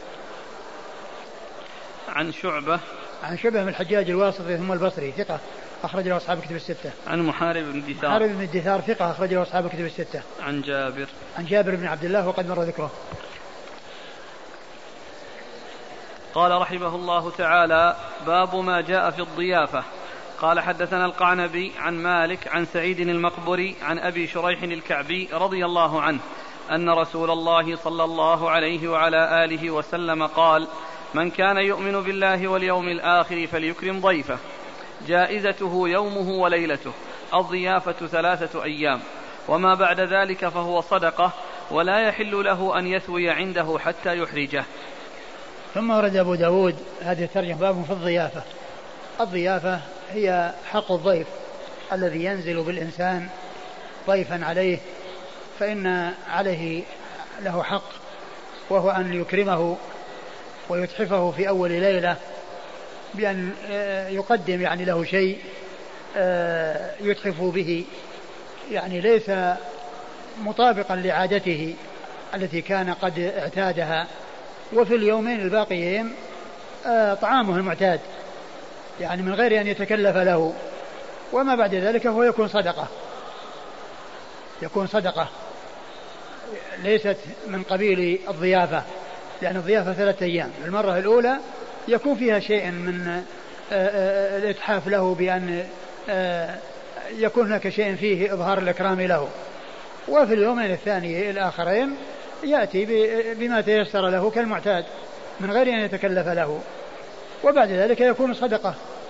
عن شعبة عن شعبة من الحجاج الواسطي ثم البصري ثقة أخرجه أصحاب الكتب الستة. عن محارب بن دثار محارب بن دثار ثقة أخرجه أصحاب الكتب الستة. عن جابر عن جابر بن عبد الله وقد مر ذكره. قال رحمه الله تعالى: باب ما جاء في الضيافة. قال: حدثنا القعنبي عن مالك عن سعيد المقبري عن أبي شريح الكعبي رضي الله عنه أن رسول الله صلى الله عليه وعلى آله وسلم قال: من كان يؤمن بالله واليوم الآخر فليكرم ضيفه، جائزته يومه وليلته، الضيافة ثلاثة أيام، وما بعد ذلك فهو صدقة، ولا يحل له أن يثوي عنده حتى يحرجه. ثم ورد أبو داود هذه الترجمة باب في الضيافة. الضيافة هي حق الضيف الذي ينزل بالإنسان ضيفا عليه، فإن عليه له حق، وهو أن يكرمه ويتحفه في أول ليلة بأن يقدم يعني له شيء يتحف به، يعني ليس مطابقا لعادته التي كان قد اعتادها، وفي اليومين الباقيين طعامه المعتاد، يعني من غير أن يتكلف له. وما بعد ذلك هو يكون صدقة، يكون صدقة ليست من قبيل الضيافة، لأن الضيافة ثلاثة أيام. المرة الأولى يكون فيها شيء من الإتحاف له بأن يكون هناك شيء فيه إظهار الإكرام له، وفي اليومين الثاني الآخرين يأتي بما تيسر له كالمعتاد من غير أن يتكلف له، وبعد ذلك يكون صدقة.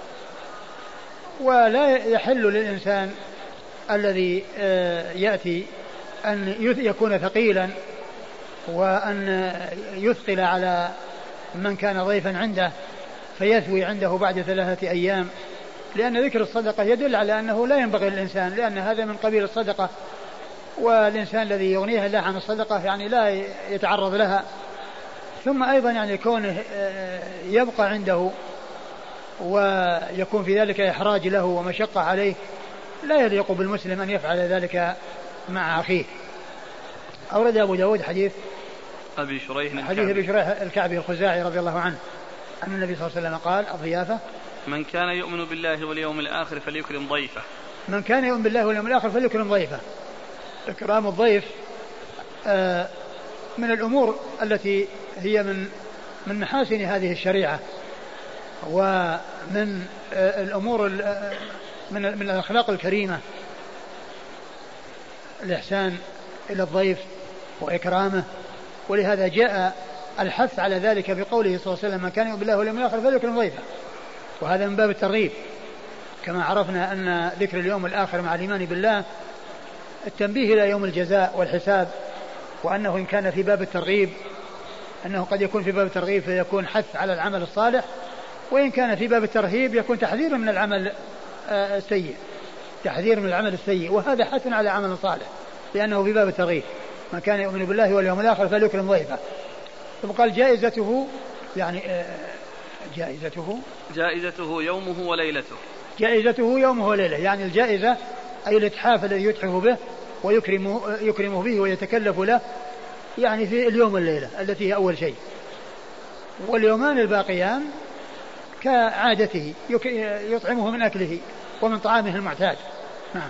ولا يحل للإنسان الذي يأتي أن يكون ثقيلا وأن يثقل على من كان ضيفا عنده فيثوي عنده بعد ثلاثة أيام، لأن ذكر الصدقة يدل على أنه لا ينبغي للإنسان، لأن هذا من قبيل الصدقة، والإنسان الذي يغنيه الله عن الصدقة يعني لا يتعرض لها. ثم أيضا يعني كونه يبقى عنده ويكون في ذلك إحراج له ومشقة عليه، لا يليق بالمسلم أن يفعل ذلك مع أخيه. أورد أبو داود حديث أبي شريح حديث أبي شريح الكعبي الخزاعي رضي الله عنه أن النبي صلى الله عليه وسلم قال: الضيافة من كان يؤمن بالله واليوم الآخر فليكرم ضيفه. من كان يؤمن بالله واليوم الآخر فليكرم ضيفه. إكرام الضيف آه من الأمور التي هي من من محاسن هذه الشريعة، ومن آه الأمور من من الأخلاق الكريمة، الإحسان إلى الضيف وإكرامه. ولهذا جاء الحث على ذلك بقوله صلى الله عليه وسلم: من كان يؤمن بالله واليوم الآخر فليكرم ضيفه، وهذا من باب الترغيب. كما عرفنا أن ذكر اليوم الآخر مع الإيمان بالله التنبيه إلى يوم الجزاء والحساب، وأنه إن كان في باب الترغيب أنه قد يكون في باب الترغيب فيكون حث على العمل الصالح، وإن كان في باب الترهيب يكون تحذير من العمل السيء، تحذير من العمل السيء، وهذا حث على عمل صالح لأنه في باب الترغيب. من كان يؤمن بالله واليوم الآخر فليكرم ضيفه. ثم قال: جائزته يعني جائزته جائزته يومه وليلته. جائزته يومه وليلته، يعني الجائزة أي الإتحاف الذي يتحف به ويكرمه يكرمه به ويتكلف له، يعني في اليوم والليلة التي هي أول شيء، واليومان الباقيان كعادته يطعمه من أكله ومن طعامه المعتاد. نعم.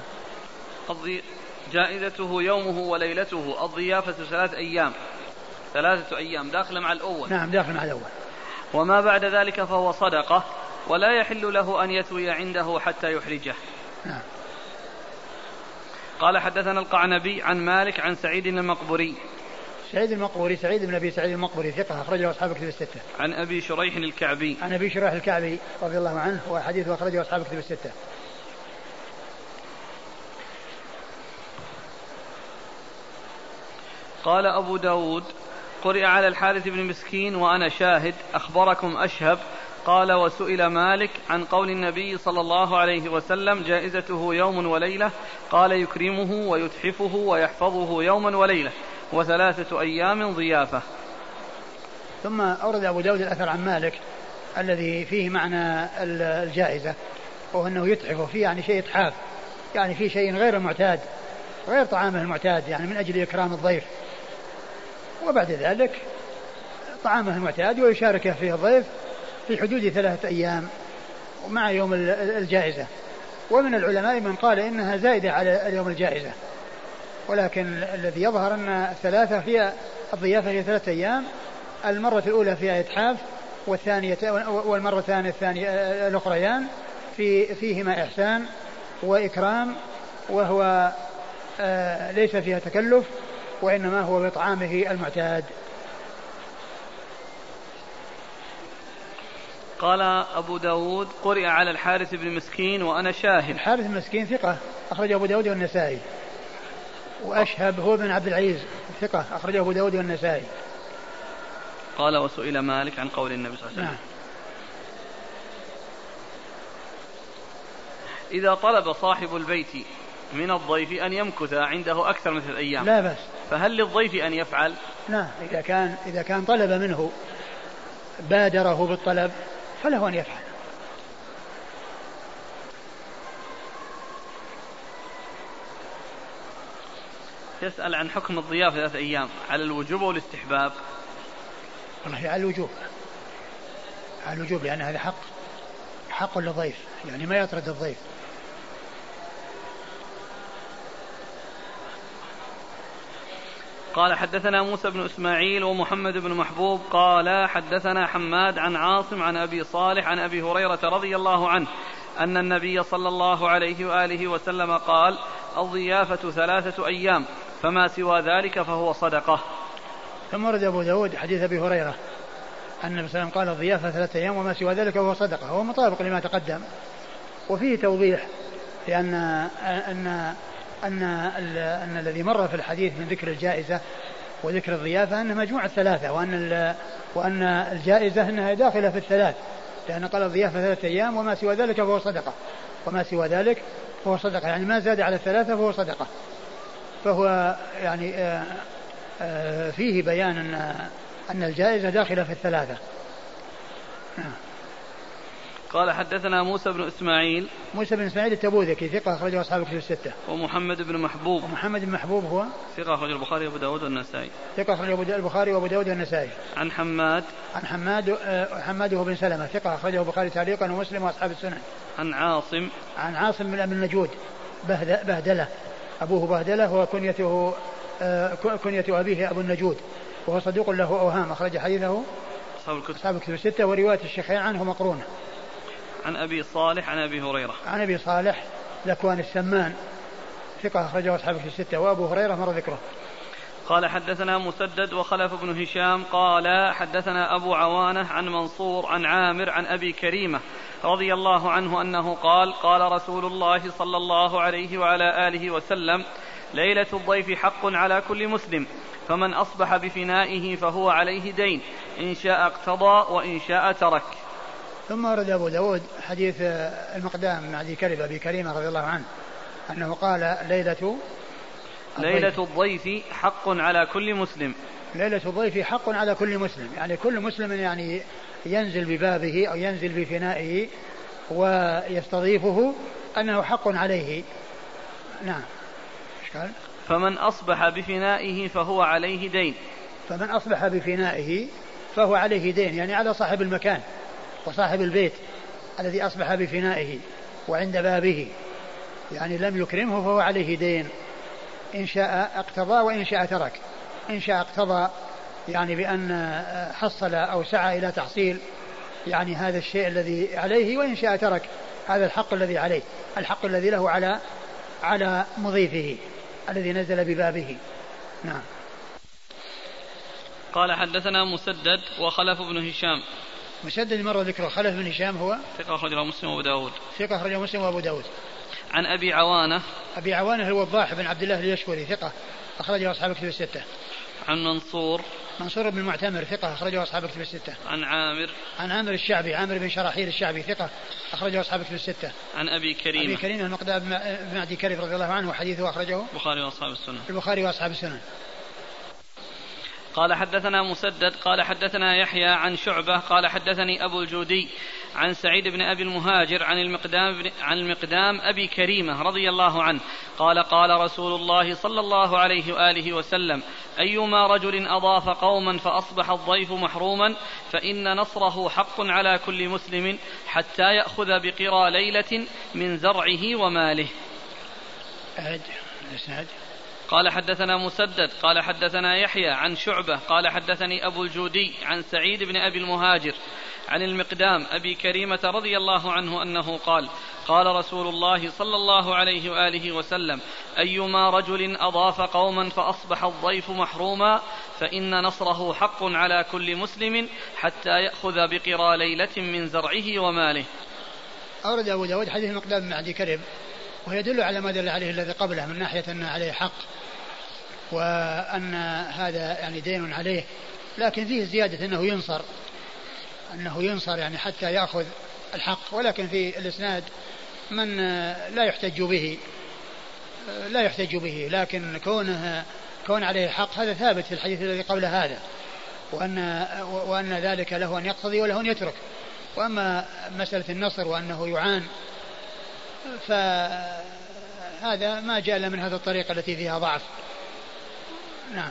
جائزته يومه وليلته، الضيافة ثلاث أيام ثلاثة أيام داخل مع الأول. نعم داخل مع الأول. وما بعد ذلك فهو صدقة، ولا يحل له أن يثوي عنده حتى يحرجه. نعم. قال: حدثنا القعنبي عن مالك عن سعيد المقبري. سعيد المقبري سعيد بن أبي سعيد المقبري ثقة أخرجه أصحاب الكتب الستة. عن أبي شريح الكعبي عن أبي شريح الكعبي رضي الله عنه، وحديثه أخرجه أصحاب الكتب الستة. قال أبو داود: قرئ على الحارث بن مسكين وأنا شاهد، أخبركم أشهب. قال: وسئل مالك عن قول النبي صلى الله عليه وسلم: جائزته يوم وليلة. قال: يكرمه ويتحفه ويحفظه يوما وليلة، وثلاثة أيام ضيافة. ثم أورد أبو داود الأثر عن مالك الذي فيه معنى الجائزة، وهو أنه يتحفه فيه يعني شيء إتحاف، يعني فيه شيء غير المعتاد، غير طعامه المعتاد، يعني من أجل إكرام الضيف. وبعد ذلك طعامه المعتاد ويشاركه فيه الضيف في حدود ثلاثة أيام مع يوم الجائزة. ومن العلماء من قال إنها زائدة على اليوم الجائزة، ولكن الذي يظهر أن الثلاثة فيها الضيافة هي ثلاثة أيام، المرة الأولى فيها إتحاف، والثانية والمرتان الثانية الأخريان في فيهما إحسان وإكرام، وهو آه ليس فيها تكلف، وإنما هو بطعامه المعتاد. قال أبو داود قرئ على الحارث بن مسكين وأنا شاهد. الحارث بن مسكين ثقة أخرجه أبو داود والنسائي. وأشهب هو بن عبد العزيز ثقة أخرجه أبو داود والنسائي. قال وسئل مالك عن قول النبي صلى الله عليه وسلم. نعم. إذا طلب صاحب البيت من الضيف أن يمكث عنده أكثر من ثلاث أيام لا بأس، فهل للضيف أن يفعل؟ لا، إذا كان إذا كان طلب منه بادره بالطلب فله أن يفعل. يسأل عن حكم الضيافة ثلاث أيام على الوجوب والاستحباب. والله على الوجوب، على الوجوب، لأن هذا حق حق للضيف، يعني ما يطرد الضيف. قال حدثنا موسى بن إسماعيل ومحمد بن محبوب قال حدثنا حماد عن عاصم عن أبي صالح عن أبي هريرة رضي الله عنه أن النبي صلى الله عليه وآله وسلم قال الضيافة ثلاثة أيام فما سوى ذلك فهو صدقة. ثم ورد أبو داود حديث أبي هريرة أن النبي صلى الله عليه وسلم قال الضيافة ثلاثة أيام وما سوى ذلك فهو صدقة، هو مطابق لما تقدم، وفيه توضيح لأن أن أن, أن الذي مر في الحديث من ذكر الجائزة وذكر الضيافة أنها مجموعة ثلاثة، وأن وأن الجائزة أنها داخلة في الثلاث، لأن قال الضيافة ثلاثة أيام وما سوى ذلك فهو صدقة، وما سوى ذلك فهو صدقة، يعني ما زاد على الثلاثة فهو صدقة. فهو يعني آآ آآ فيه بيان أن أن الجائزة داخلة في الثلاثة. قال حدثنا موسى بن إسماعيل موسى بن إسماعيل التبوذكي ثقة أخرجه أصحاب الكتب الستة. ومحمد بن محبوب ومحمد بن محبوب هو ثقة أخرجه البخاري وأبو داود والنسائي. ثقة أخرجه البخاري وأبو داود والنسائي. عن حماد عن حماد حماد هو بن سلمة ثقة أخرجه البخاري تعليقا ومسلم وأصحاب السنن. عن عاصم عن عاصم بن أبي النجود بهدلة أبوه بهدلة وكنيته كنية أبيه أبو النجود، وهو صدوق له أوهام أخرج حديثه أصحاب الكتب الستة، ورواية الشيخين عنه مقرونة. عن أبي صالح عن أبي هريرة عن أبي صالح ذكوان السمان ثقة أخرجه أصحاب الكتب الستة، وأبو هريرة مر ذكره. قال حدثنا مسدد وخلف بن هشام قال حدثنا أبو عوانة عن منصور عن عامر عن أبي كريمة رضي الله عنه أنه قال قال رسول الله صلى الله عليه وعلى آله وسلم ليلة الضيف حق على كل مسلم، فمن أصبح بفنائه فهو عليه دين، إن شاء اقتضى وإن شاء ترك. ثم ورد أبو داود حديث المقدام مع ذي كرب أبي كريمة رضي الله عنه أنه قال ليلة ليلة الضيف حق على كل مسلم. ليلة الضيف حق على كل مسلم، يعني كل مسلم يعني ينزل ببابه أو ينزل بفنائه ويستضيفه أنه حق عليه. نعم. قال فمن أصبح بفنائه فهو عليه دين. فمن أصبح بفنائه فهو عليه دين، يعني على صاحب المكان وصاحب البيت الذي أصبح بفنائه وعند بابه، يعني لم يكرمه فهو عليه دين، إن شاء اقتضى وإن شاء ترك. إن شاء اقتضى يعني بأن حصل أو سعى إلى تحصيل يعني هذا الشيء الذي عليه، وإن شاء ترك هذا الحق الذي عليه، الحق الذي له على على مضيفه الذي نزل ببابه. نعم. قال حدثنا مسدد وخلف بن هشام. مسدد مرة ذكره. خلف بن هشام هو ثقة أخرجه مسلم وأبو داود. ثقة أخرجه مسلم وأبو داود. عن أبي عوانة. أبي عوانة الوضاح بن عبد الله اليشكري ثقة أخرجه أصحاب الكتب الستة. عن منصور. منصور بن المعتمر ثقة أخرجه أصحاب الكتب الستة. عن عامر. عن عامر الشعبي عامر بن شراحيل الشعبي ثقة أخرجه أصحاب الكتب الستة. عن أبي كريمة. أبي كريمة المقداد بن عدي كريم رضي الله عنه وحديثه أخرجه البخاري وأصحاب السنن. البخاري وأصحاب السنن. قال حدثنا مسدد قال حدثنا يحيى عن شعبة قال حدثني أبو الجودي عن سعيد بن أبي المهاجر عن المقدام, عن المقدام أبي كريمة رضي الله عنه قال قال رسول الله صلى الله عليه وآله وسلم أيما رجل أضاف قوما فأصبح الضيف محروما فإن نصره حق على كل مسلم حتى يأخذ بقرى ليلة من زرعه وماله. أعد الإسناد. قال حدثنا مسدد قال حدثنا يحيى عن شعبة قال حدثني أبو الجودي عن سعيد بن أبي المهاجر عن المقدام أبي كريمة رضي الله عنه أنه قال قال رسول الله صلى الله عليه وآله وسلم أيما رجل أضاف قوما فأصبح الضيف محروما فإن نصره حق على كل مسلم حتى يأخذ بقرى ليلة من زرعه وماله. أورد أبو داود حديث المقدام بن عدي كرب وهو يدل على ما دل عليه الذي قبله من ناحية أن عليه حق وأن هذا يعني دين عليه، لكن فيه زيادة أنه ينصر أنه ينصر يعني حتى يأخذ الحق، ولكن في الإسناد من لا يحتج به لا يحتج به لكن كونه كون عليه حق هذا ثابت في الحديث الذي قبل هذا، وأن وأن ذلك له أن يقتضي وله أن يترك. وأما مسألة النصر وأنه يعان فهذا ما جاء من هذا الطريق التي فيها ضعف. نعم.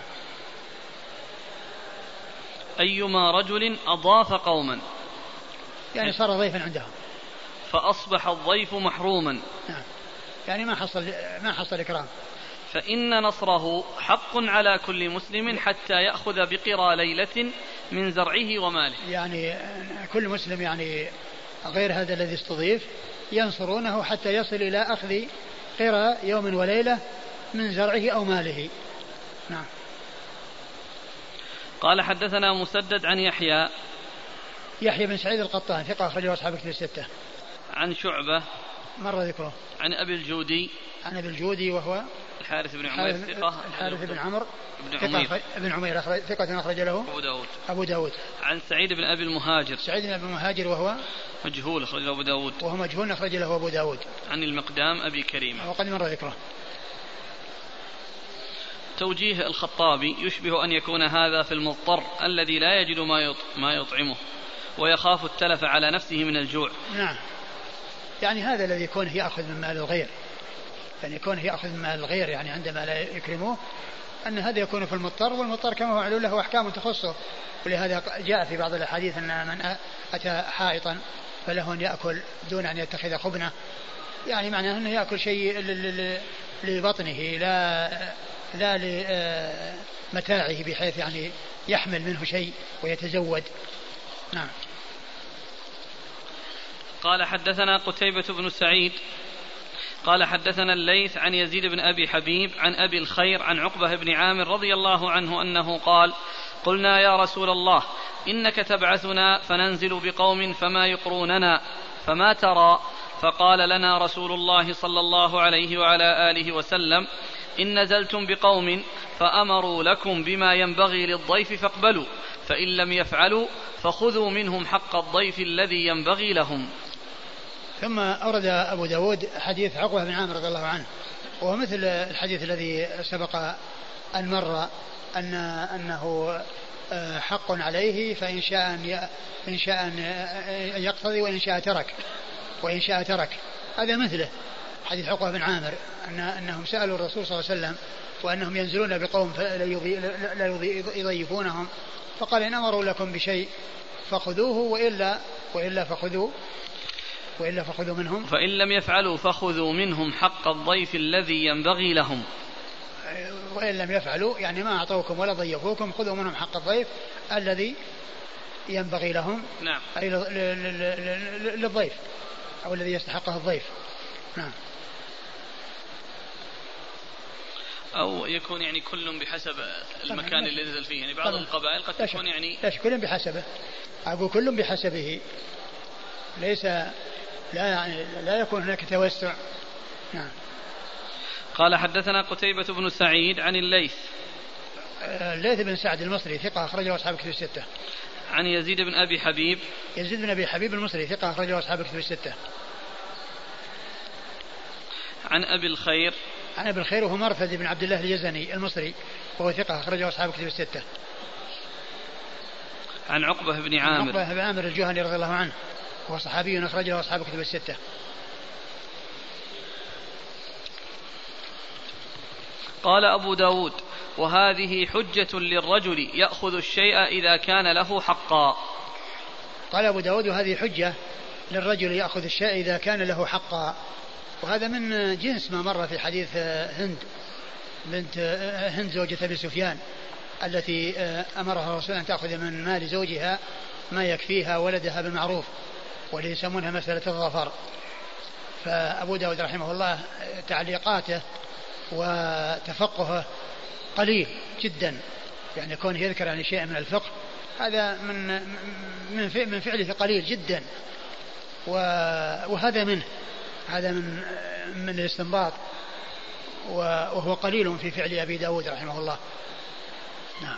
أيما رجل أضاف قوما يعني صار ضيفا عندهم فأصبح الضيف محروما، نعم يعني ما حصل ما حصل إكرام، فإن نصره حق على كل مسلم حتى يأخذ بقرى ليلة من زرعه وماله. يعني كل مسلم يعني غير هذا الذي استضيف ينصرونه حتى يصل إلى أخذ قرى يوم وليلة من زرعه أو ماله. نعم. قال حدثنا مسدد عن يحيى يحيى بن سعيد القطان ثقة أخرجه أصحاب الكتب الستة. عن شعبة مر ذكره. عن أبي الجودي عن أبي الجودي وهو الحارث بن عمير ثقة الحارث بن عمرو بن عمير ابن عمير ثقة أخرج له أبو داود أبو داود. عن سعيد بن أبي المهاجر سعيد بن أبي المهاجر وهو مجهول أخرج له أبو داود وهو مجهول أخرج له أبو داود. عن المقدام أبي كريمة وقد مر ذكره. توجيه الخطابي يشبه أن يكون هذا في المضطر الذي لا يجد ما ما يطعمه ويخاف التلف على نفسه من الجوع. نعم يعني هذا الذي يكون يأخذ من مال الغير، يعني يكون يأخذ من مال الغير يعني عندما لا يكرموه أن هذا يكون في المضطر، والمضطر كما هو معلوم له أحكام تخصه، ولهذا جاء في بعض الأحاديث أن من أتى حائطا فله أن يأكل دون أن يتخذ خبنة، يعني معناه أنه يأكل شيء لبطنه لا لا لمتاعه بحيث يعني يحمل منه شيء ويتزود. نعم. قال حدثنا قتيبة بن سعيد قال حدثنا الليث عن يزيد بن أبي حبيب عن أبي الخير عن عقبة بن عامر رضي الله عنه أنه قال قلنا يا رسول الله إنك تبعثنا فننزل بقوم فما يقروننا فما ترى؟ فقال لنا رسول الله صلى الله عليه وعلى آله وسلم إن نزلتم بقوم فأمروا لكم بما ينبغي للضيف فاقبلوا، فإن لم يفعلوا فخذوا منهم حق الضيف الذي ينبغي لهم. ثم أورد أبو داود حديث عقبة بن عامر رضي الله عنه وهو مثل الحديث الذي سبق أن مر أن أنه حق عليه فإن شاء إن شاء أن يقتضي وإن شاء ترك وإن شاء ترك هذا مثله حديث عقبة بن عامر أن أنهم سألوا الرسول صلى الله عليه وسلم وأنهم ينزلون بقوم لا يضيفونهم فقال إن أمروا لكم بشيء فخذوه وإلا وإلا فخذوا وإلا فخذوا منهم فإن لم يفعلوا فخذوا منهم حق الضيف الذي ينبغي لهم. وإن لم يفعلوا يعني ما أعطوكم ولا ضيفوكم خذوا منهم حق الضيف الذي ينبغي لهم. نعم. أي للضيف أو الذي يستحقه الضيف. نعم. أو يكون يعني كل بحسب المكان اللي نزل فيه، يعني بعض القبائل قد تكون يعني لا كل بحسبه، أقول كل بحسبه ليس لا يعني لا يكون هناك توسع. نعم. قال حدثنا قتيبة بن سعيد عن الليث الليث بن سعد المصري ثقة أخرجه أصحاب الكتب الستة. عن يزيد بن أبي حبيب يزيد بن أبي حبيب المصري ثقة أخرجه أصحاب الكتب الستة. عن أبي الخير عن أبي الخير وهو مرثد بن عبد الله اليزني المصري وهو ثقة أخرجه أصحاب الكتب الستة. عن عقبة بن عامر عقبة بن عامر الجهني رضي الله عنه وهو صحابي أخرجه أصحاب الكتب الستة. قال أبو داود وهذه حجة للرجل يأخذ الشيء إذا كان له حقا. قال أبو داود وهذه حجة للرجل يأخذ الشيء إذا كان له حقا، وهذا من جنس ما مر في حديث هند بنت هند زوجة أبي سفيان التي أمرها الرسول أن تأخذ من مال زوجها ما يكفيها ولدها بالمعروف، واللي يسمونها مسألة الظفر. فأبو داود رحمه الله تعليقاته وتفقهه قليل جدا، يعني كونه يذكر يعني شيء من الفقه هذا من من من فعله قليل جدا، وهذا منه هذا من من الاستنباط، وهو قليل في فعل أبي داود رحمه الله. نعم.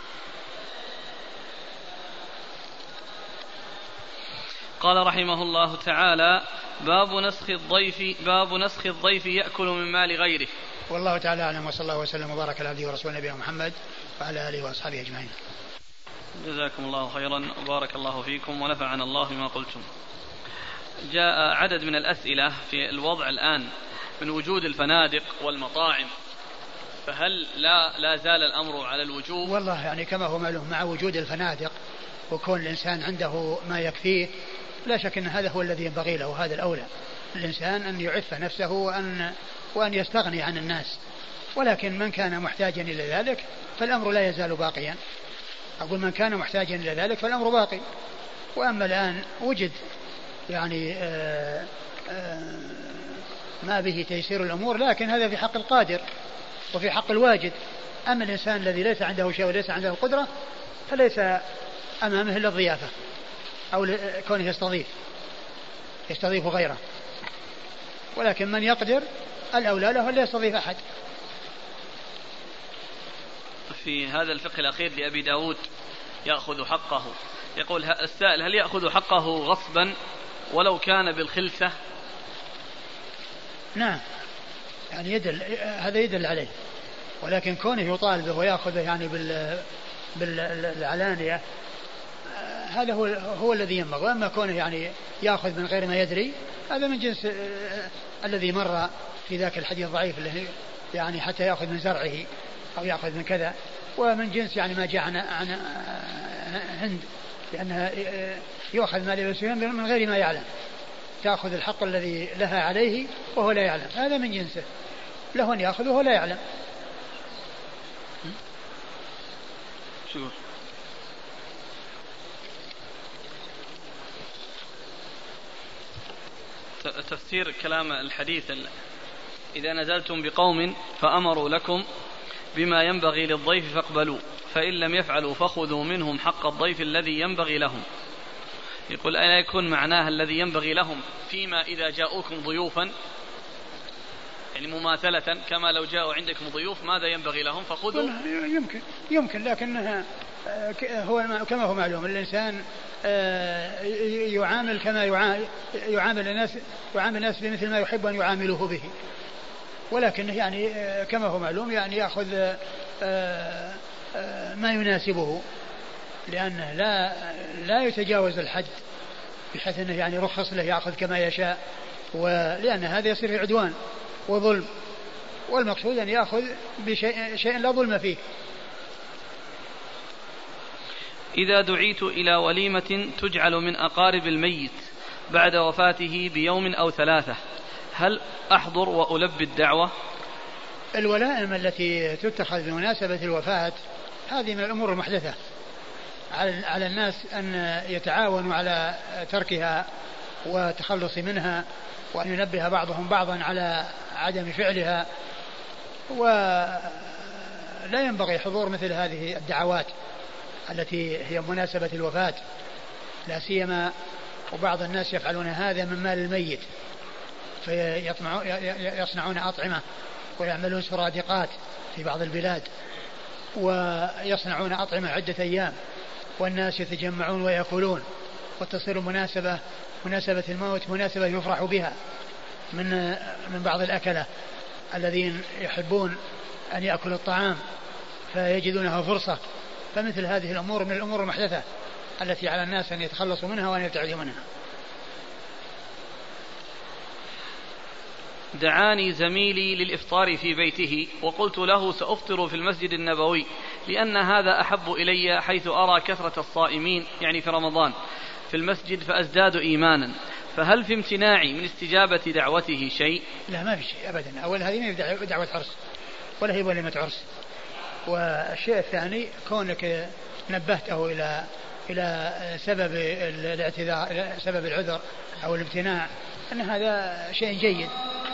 قال رحمه الله تعالى: باب نسخ الضيف باب نسخ الضيف يأكل من مال غيره. والله تعالى أعلم، وصلى الله وسلم وبارك على عبده ورسوله نبينا محمد وعلى آله وأصحابه أجمعين. جزاكم الله خيرا وبارك الله فيكم ونفعنا الله بما قلتم. جاء عدد من الأسئلة في الوضع الآن من وجود الفنادق والمطاعم، فهل لا لا زال الأمر على الوجوب؟ والله يعني كما هو معلوم مع وجود الفنادق وكون الإنسان عنده ما يكفيه لا شك أن هذا هو الذي ينبغي له، وهذا الأولى الإنسان أن يعف نفسه وأن, وأن يستغني عن الناس. ولكن من كان محتاجا إلى ذلك فالأمر لا يزال باقيا. أقول من كان محتاجا إلى ذلك فالأمر باقي. وأما الآن وجد يعني آآ آآ ما به تيسير الأمور، لكن هذا في حق القادر وفي حق الواجد. أما الإنسان الذي ليس عنده شيء وليس عنده القدرة فليس أمامه إلا الضيافة أو كونه يستضيف يستضيف غيره. ولكن من يقدر الأولى له لا يستضيف أحد. في هذا الفقه الأخير لأبي داود يأخذ حقه، يقول السائل: هل يأخذ حقه غصبا ولو كان بالخلسة؟ نعم، يعني يدل هذا يدل عليه، ولكن كونه يطالبه ويأخذه يعني بال بالعلانية هذا هو هو الذي ينبغي. وأما كونه يعني يأخذ من غير ما يدري هذا من جنس الذي مر في ذاك الحديث الضعيف اللي يعني حتى يأخذ من زرعه أو يأخذ من كذا، ومن جنس يعني ما جاء عن عن هند لأنها يؤخذ ما لبسه من غير ما يعلم، تأخذ الحق الذي لها عليه وهو لا يعلم، هذا من جنسه، له أن يأخذه وهو لا يعلم. شو تفسير كلام الحديث: إذا نزلتم بقوم فأمروا لكم بما ينبغي للضيف فاقبلوا، فإن لم يفعلوا فخذوا منهم حق الضيف الذي ينبغي لهم. يقول: ألا يكون معناها الذي ينبغي لهم فيما إذا جاءوكم ضيوفا، يعني مماثلة كما لو جاءوا عندكم ضيوف ماذا ينبغي لهم فخذوا؟ يمكن يمكن لكنها هو كما هو معلوم الإنسان يعامل كما يعامل الناس يعامل الناس بمثل ما يحب أن يعاملوه به، ولكن يعني كما هو معلوم يعني يأخذ ما يناسبه، لأنه لا لا يتجاوز الحد بحيث أنه يعني رخص له يأخذ كما يشاء، ولأن هذا يصير في عدوان وظلم، والمقصود أن يأخذ بشيء شيء لا ظلم فيه. إذا دعيت إلى وليمة تجعل من أقارب الميت بعد وفاته بيوم أو ثلاثة، هل أحضر وألبي الدعوة؟ الولائم التي تتخذ بمناسبة الوفاة هذه من الأمور المحدثة، على الناس أن يتعاونوا على تركها وتخلص منها، وأن ينبه بعضهم بعضا على عدم فعلها، ولا ينبغي حضور مثل هذه الدعوات التي هي مناسبة الوفاة، لا سيما وبعض الناس يفعلون هذا من مال الميت، فيصنعون أطعمة ويعملون سرادقات في بعض البلاد ويصنعون أطعمة عدة أيام والناس يتجمعون ويأكلون، وتصير مناسبة مناسبة الموت مناسبة يفرح بها من من بعض الأكلة الذين يحبون أن يأكلوا الطعام فيجدونها فرصة. فمثل هذه الأمور من الأمور المحدثة التي على الناس أن يتخلصوا منها وأن يبتعدوا منها. دعاني زميلي للإفطار في بيته وقلت له سأفطر في المسجد النبوي لأن هذا أحب إلي، حيث أرى كثرة الصائمين يعني في رمضان في المسجد فأزداد إيمانا، فهل في امتناعي من استجابة دعوته شيء؟ لا، ما في شيء أبدا. أول هذه دعوة عرس ولا هي وليمة عرس، والشيء الثاني كونك نبهته إلى إلى سبب الاعتذار، سبب العذر أو الامتناع، أن هذا شيء جيد.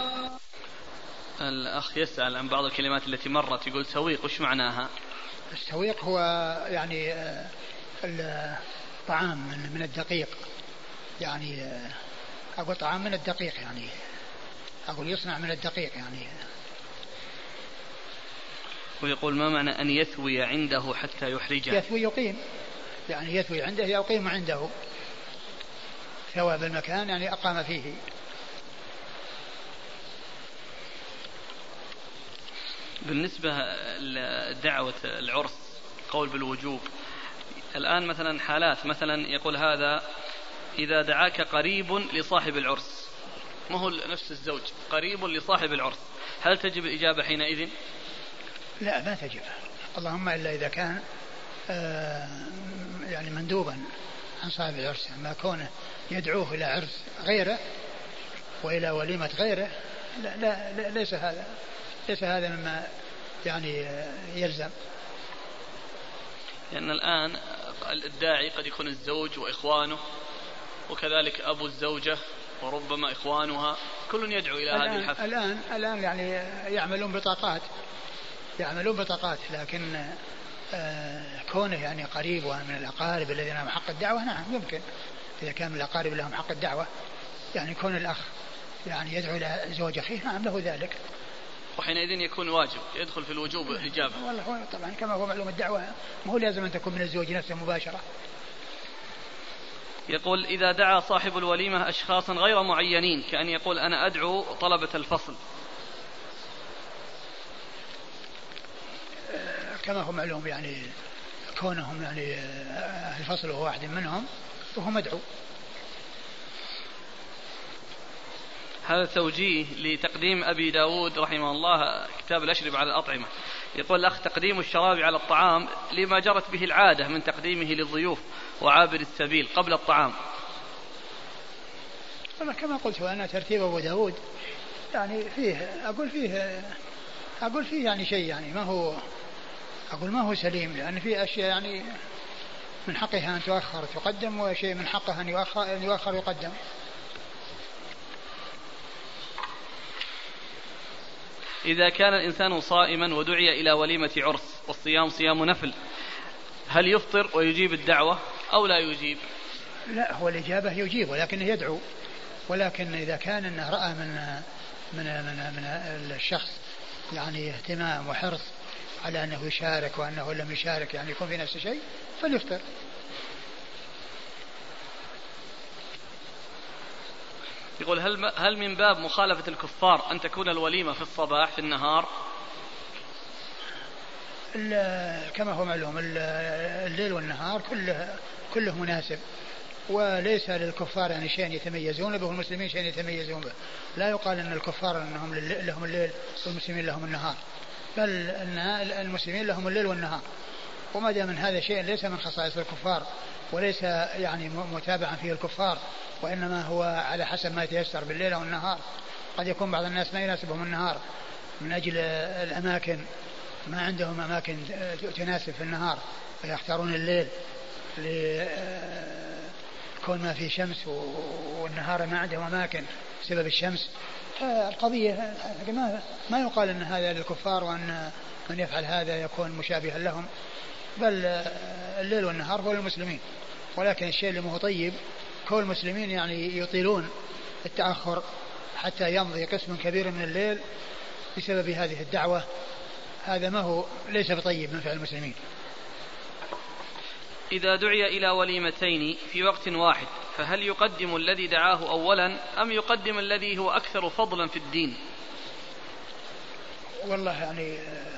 الأخ يسأل عن بعض الكلمات التي مرت، يقول سويق، وش معناها؟ السويق هو يعني الطعام من الدقيق، يعني أقول طعام من الدقيق، يعني أقول يصنع من الدقيق يعني. ويقول ما معنى أن يثوي عنده حتى يحرجه؟ يثوي يقيم، يعني يثوي عنده يقيم عنده، ثواب المكان يعني أقام فيه. بالنسبة لدعوة العرس قول بالوجوب، الآن مثلا حالات، مثلا يقول هذا إذا دعاك قريب لصاحب العرس، ما هو نفس الزوج، قريب لصاحب العرس، هل تجب الإجابة حينئذ؟ لا ما تجب، اللهم إلا إذا كان آه يعني مندوبا عن صاحب العرس، ما كونه يدعوه إلى عرس غيره وإلى وليمة غيره، لا, لا, لا ليس هذا ليس هذا مما يعني يلزم. لأن الآن الداعي قد يكون الزوج وإخوانه، وكذلك أبو الزوجة وربما إخوانها، كل يدعو إلى هذه الحفلة. الآن الآن يعني يعملون بطاقات يعملون بطاقات لكن آه كونه يعني قريب ومن الأقارب الذين لهم حق الدعوة، نعم يمكن إذا كان من الأقارب لهم حق الدعوة، يعني كون الأخ يعني يدعو إلى زوج أخيه، نعم له ذلك، وحينئذ يكون واجب، يدخل في الوجوب الإجابة. والله طبعا كما هو معلوم الدعوة ما هو لازم أن تكون من الزوج نفسه مباشرة. يقول إذا دعا صاحب الوليمة أشخاصا غير معينين، كأن يقول أنا أدعو طلبة الفصل، كما هو معلوم يعني كونهم يعني الفصل هو واحد منهم وهو مدعو. هذا توجيه لتقديم أبي داود رحمه الله كتاب الأشرب على الأطعمة. يقول الأخ تقديم الشراب على الطعام لما جرت به العادة من تقديمه للضيوف وعابر السبيل قبل الطعام. والله كما قلت أنا ترتيب أبو داود يعني فيه أقول فيه أقول فيه يعني شيء يعني ما هو أقول ما هو سليم، لأن فيه أشياء يعني من حقها أن تؤخر تقدم، وشيء من حقها أن يؤخر, أن يؤخر يقدم. إذا كان الإنسان صائما ودعي إلى وليمة عرس والصيام صيام نفل، هل يفطر ويجيب الدعوة أو لا يجيب؟ لا، هو الإجابة يجيب ولكنه يدعو، ولكن إذا كان أنه رأى من من من, من الشخص يعني اهتمام وحرص على أنه يشارك وأنه لم يشارك يعني يكون في نفس الشيء فليفطر. يقول هل هل من باب مخالفة الكفار أن تكون الوليمة في الصباح في النهار؟ كما هو معلوم الليل والنهار كله كله مناسب، وليس للكفار يعني شيء يتميزون به والمسلمين شيء يتميزون به. لا يقال أن الكفار أنهم لهم الليل والمسلمين لهم النهار، بل أن المسلمين لهم الليل والنهار، وما دام من هذا شيء ليس من خصائص الكفار وليس يعني متابعا فيه الكفار، وإنما هو على حسب ما يتيسر بالليل والنهار. قد يكون بعض الناس ما يناسبهم النهار من أجل الأماكن، ما عندهم أماكن تناسب في النهار فيختارون الليل لكون ما في شمس، والنهار ما عندهم أماكن بسبب الشمس. فالقضية ما يقال أن هذا للكفار وأن من يفعل هذا يكون مشابها لهم، بل الليل والنهار هو للمسلمين. ولكن الشيء اللي هو طيب كون المسلمين يعني يطيلون التأخر حتى يمضي قسم كبير من الليل بسبب هذه الدعوة، هذا ما هو ليس بطيب من فعل المسلمين. إذا دعي إلى وليمتين في وقت واحد فهل يقدم الذي دعاه أولا أم يقدم الذي هو أكثر فضلا في الدين؟ والله يعني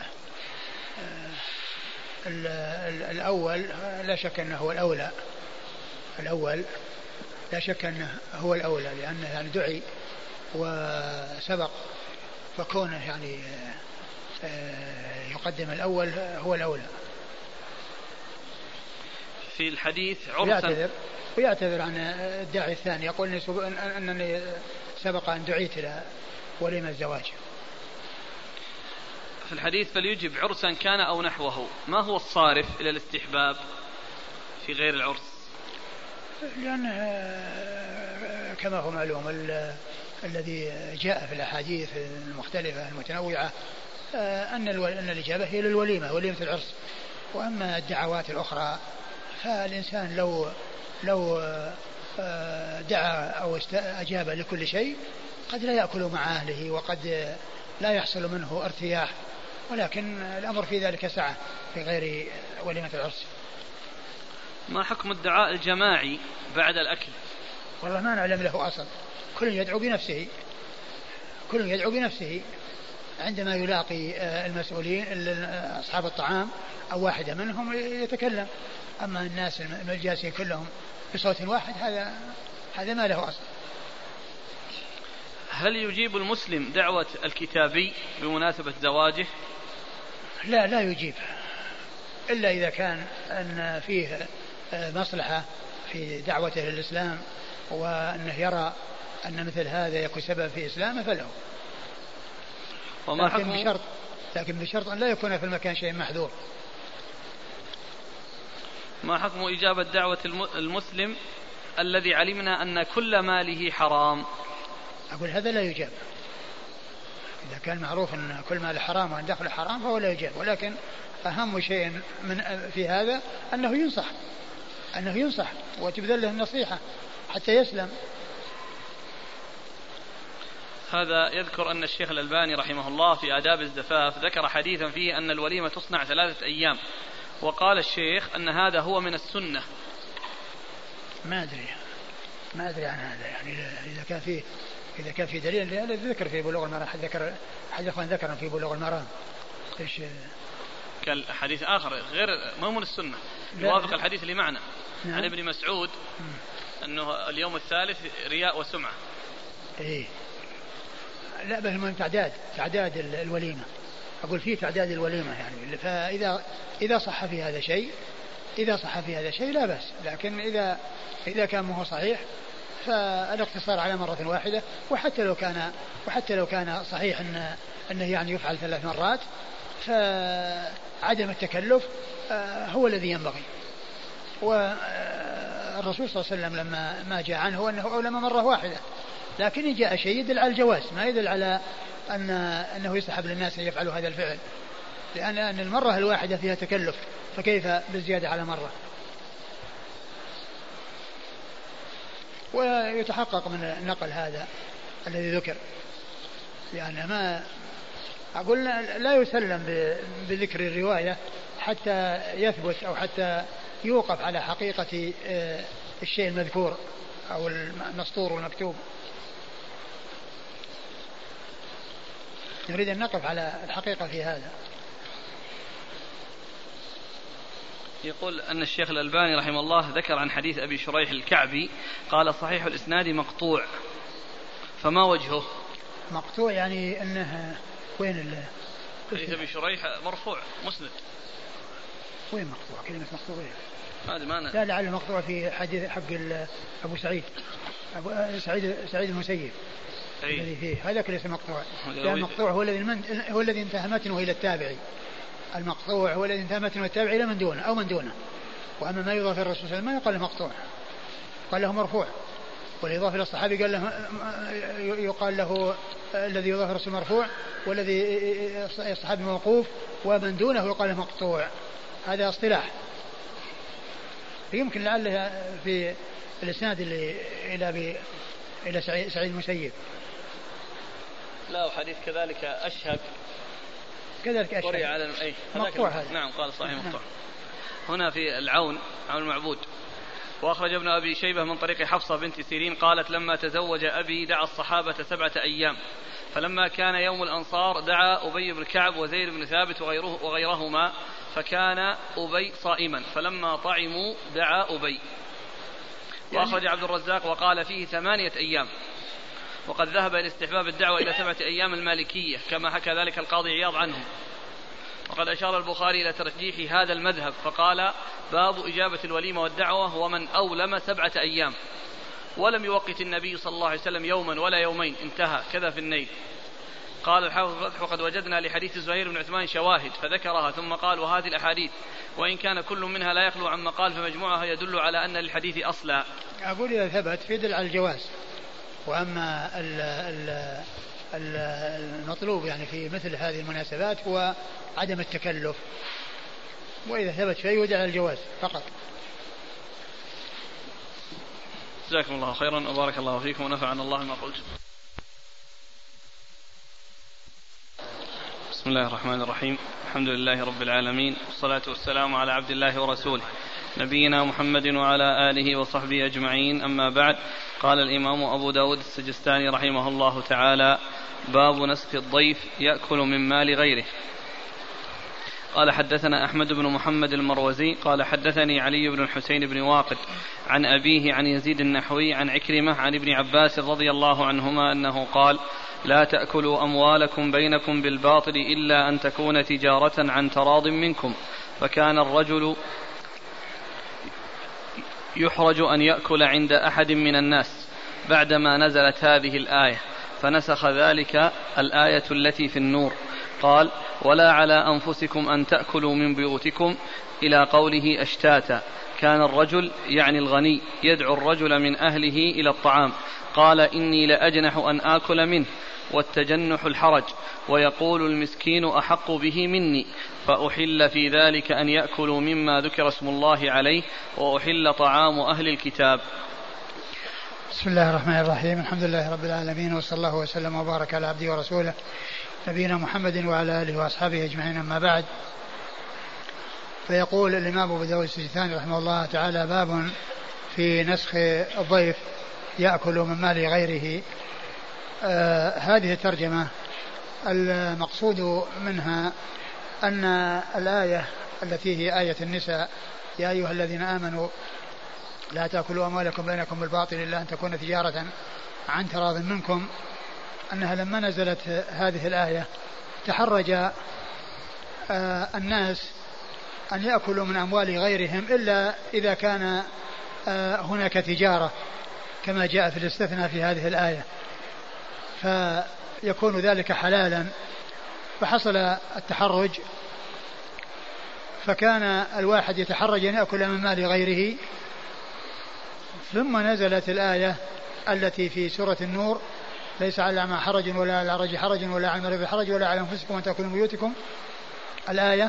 الأول لا شك أنه هو الأولى، الأول لا شك أنه هو الأولى لأنه يعني دعي وسبق، فكونه يعني يقدم الأول هو الأولى. في الحديث عرسا ويعتذر, ويعتذر عن الداعي الثاني، يقول أنني سبق أن دعيت إلى وليمة الزواج. في الحديث فليجب عرسا كان أو نحوه، ما هو الصارف إلى الاستحباب في غير العرس؟ لأن كما هو معلوم الذي جاء في الأحاديث المختلفة المتنوعة أن أن الإجابة هي للوليمة، وليمة العرس. وأما الدعوات الأخرى فالإنسان لو لو دعا أو أجاب لكل شيء قد لا يأكل مع أهله وقد لا يحصل منه ارتياح، ولكن الأمر في ذلك سعة في غير وليمة العرس. ما حكم الدعاء الجماعي بعد الأكل؟ والله ما نعلم له أصل، كل يدعو بنفسه، كل يدعو بنفسه عندما يلاقي المسؤولين أصحاب الطعام أو واحدة منهم يتكلم. أما الناس الجالسين كلهم بصوت واحد هذا هذا ما له أصل. هل يجيب المسلم دعوة الكتابي بمناسبة زواجه؟ لا لا يجيب، إلا إذا كان أن فيه مصلحة في دعوته للإسلام وأنه يرى أن مثل هذا يكون سبب في إسلامه فله. لكن بشرط لكن بشرط أن لا يكون في المكان شيء محذور. ما حكم إجابة دعوة المسلم الذي علمنا أن كل ماله حرام؟ أقول هذا لا يجاب. إذا كان معروف أن كل مال حرام وأن دخل حرام فهو لا يجاب، ولكن أهم شيء من في هذا أنه ينصح أنه ينصح وتبذل له النصيحة حتى يسلم. هذا يذكر أن الشيخ الألباني رحمه الله في آداب الزفاف ذكر حديثا فيه أن الوليمة تصنع ثلاثة أيام، وقال الشيخ أن هذا هو من السنة. ما أدري ما أدري عن هذا، يعني إذا كان فيه إذا كان في دليل ذكر في بلوغ المرام، حد ذكر حد أخوان ذكر في بلوغ المرام إيش كان حديث آخر غير ما هو من السنة يوافق الحديث اللي معنا. نعم. عن ابن مسعود أنه اليوم الثالث رياء وسمعة. إيه لا بل من تعداد تعداد الوليمة، أقول فيه تعداد الوليمة يعني. فإذا إذا صح في هذا شيء إذا صح في هذا شيء لا بأس، لكن إذا إذا كان مو صحيح فالاقتصار على مرة واحدة. وحتى لو كان وحتى لو كان صحيح أن أنه يعني يفعل ثلاث مرات فعدم التكلف هو الذي ينبغي. والرسول صلى الله عليه وسلم لما ما جاء عنه أنه أولم مرة واحدة، لكن إن جاء شيء يدل على الجواز، ما يدل على أن أنه يستحب للناس أن يفعلوا هذا الفعل، لأن أن المرة الواحدة فيها تكلف، فكيف بالزيادة على مرة؟ ويتحقق من النقل هذا الذي ذكر، يعني ما أقول لا يسلم بذكر الرواية حتى يثبت أو حتى يوقف على حقيقة الشيء المذكور أو المسطور والمكتوب. نريد أن نقف على الحقيقة في هذا. يقول أن الشيخ الألباني رحمه الله ذكر عن حديث أبي شريح الكعبي قال صحيح الإسناد مقطوع، فما وجهه؟ مقطوع يعني أنه وين ال حديث أبي شريح مرفوع مسند. وين مقطوع؟ كلمة مقطوع هذا ما أنا لا لعل مقطوع في حديث حق أبو سعيد أبو سعيد سعيد المسيب الذي فيه هذا كلمة مقطوع. المقطوع هو الذي من هو الذي انتهى متنه إلى التابعي. المقطوع هو الذي انتهى متنه التابعي إلى من دونه أو من دونه. وأما ما يضاف الرسول صلى الله عليه وسلم ما يقال له مقطوع، قال له مرفوع. والإضافة إلى الصحابي قال له يقال له الذي يضاف الرسول مرفوع، والذي الصحابي موقوف، ومن دونه يقال له مقطوع. هذا اصطلاح. يمكن لعله في الإسناد اللي إلى إلى سعيد المسيب. لا وحديث كذلك أشهب كذلك أشهب على أي مقطوع هذا. نعم قال صحيح مقطوع. هنا في العون عون المعبود وأخرج ابن أبي شيبة من طريق حفصة بنت سيرين قالت لما تزوج أبي دعا الصحابة سبعة أيام، فلما كان يوم الأنصار دعا أبي بن كعب وزيد بن ثابت وغيره وغيرهما، فكان أبي صائما، فلما طعموا دعا أبي. وأخرج عبد الرزاق وقال فيه ثمانية أيام، وقد ذهب إلى استحباب الدعوة إلى سبعة أيام المالكية كما حكى ذلك القاضي عياض عنهم. وقد أشار البخاري إلى ترجيح هذا المذهب فقال باب إجابة الوليمة والدعوة ومن أولم سبعة أيام، ولم يوقت النبي صلى الله عليه وسلم يوما ولا يومين، انتهى كذا في النيل. قال الحافظ فتح وقد وجدنا لحديث زهير بن عثمان شواهد فذكرها ثم قال وهذه الأحاديث وإن كان كل منها لا يخلو عما قال فمجموعها يدل على أن للحديث أصلا. أقول إذا ثبت فيدل على الجواز، وأما ال ال المطلوب يعني في مثل هذه المناسبات هو عدم التكلف، وإذا ثبت شيء يدل على الجواز فقط. جزاكم الله خيرا وبارك الله فيكم ونفعنا الله ما قلت. بسم الله الرحمن الرحيم، الحمد لله رب العالمين، والصلاة والسلام على عبد الله ورسوله نبينا محمد وعلى آله وصحبه أجمعين، أما بعد. قال الإمام أبو داود السجستاني رحمه الله تعالى: باب نسخ الضيف يأكل من مال غيره. قال حدثنا أحمد بن محمد المروزي قال حدثني علي بن الحسين بن واقد عن أبيه عن يزيد النحوي عن عكرمة عن ابن عباس رضي الله عنهما أنه قال: لا تأكلوا أموالكم بينكم بالباطل إلا أن تكون تجارة عن تراض منكم. فكان الرجل يحرج أن يأكل عند أحد من الناس بعدما نزلت هذه الآية، فنسخ ذلك الآية التي في النور، قال: ولا على أنفسكم أن تأكلوا من بيوتكم، إلى قوله أشتاتا. كان الرجل يعني الغني يدعو الرجل من أهله إلى الطعام، قال: إني لأجنح أن آكل منه، والتجنح الحرج، ويقول المسكين أحق به مني، فأحل في ذلك أن يأكلوا مما ذكر اسم الله عليه، وأحل طعام أهل الكتاب. بسم الله الرحمن الرحيم، الحمد لله رب العالمين، وصلى الله وسلم وبارك على عبده ورسوله نبينا محمد وعلى آله وأصحابه أجمعين، أما بعد. فيقول الإمام أبو داود السجستاني رحمه الله تعالى: باب في نسخ الضيف يأكل من مال غيره. آه هذه الترجمة المقصود منها أن الآية التي هي آية النساء: يا أيها الذين آمنوا لا تأكلوا أموالكم بينكم بالباطل إلا أن تكون تجارة عن تراض منكم، أنها لما نزلت هذه الآية تحرج آه الناس أن يأكلوا من أموال غيرهم إلا إذا كان آه هناك تجارة، كما جاء في الاستثناء في هذه الآية، فيكون ذلك حلالا. فحصل التحرج، فكان الواحد يتحرج أن يأكل من مال غيره، ثم نزلت الآية التي في سورة النور: ليس على الأعمى حرج ولا على الأعرج حرج ولا على المريض حرج ولا على أنفسكم أن تأكلوا من بيوتكم، الآية.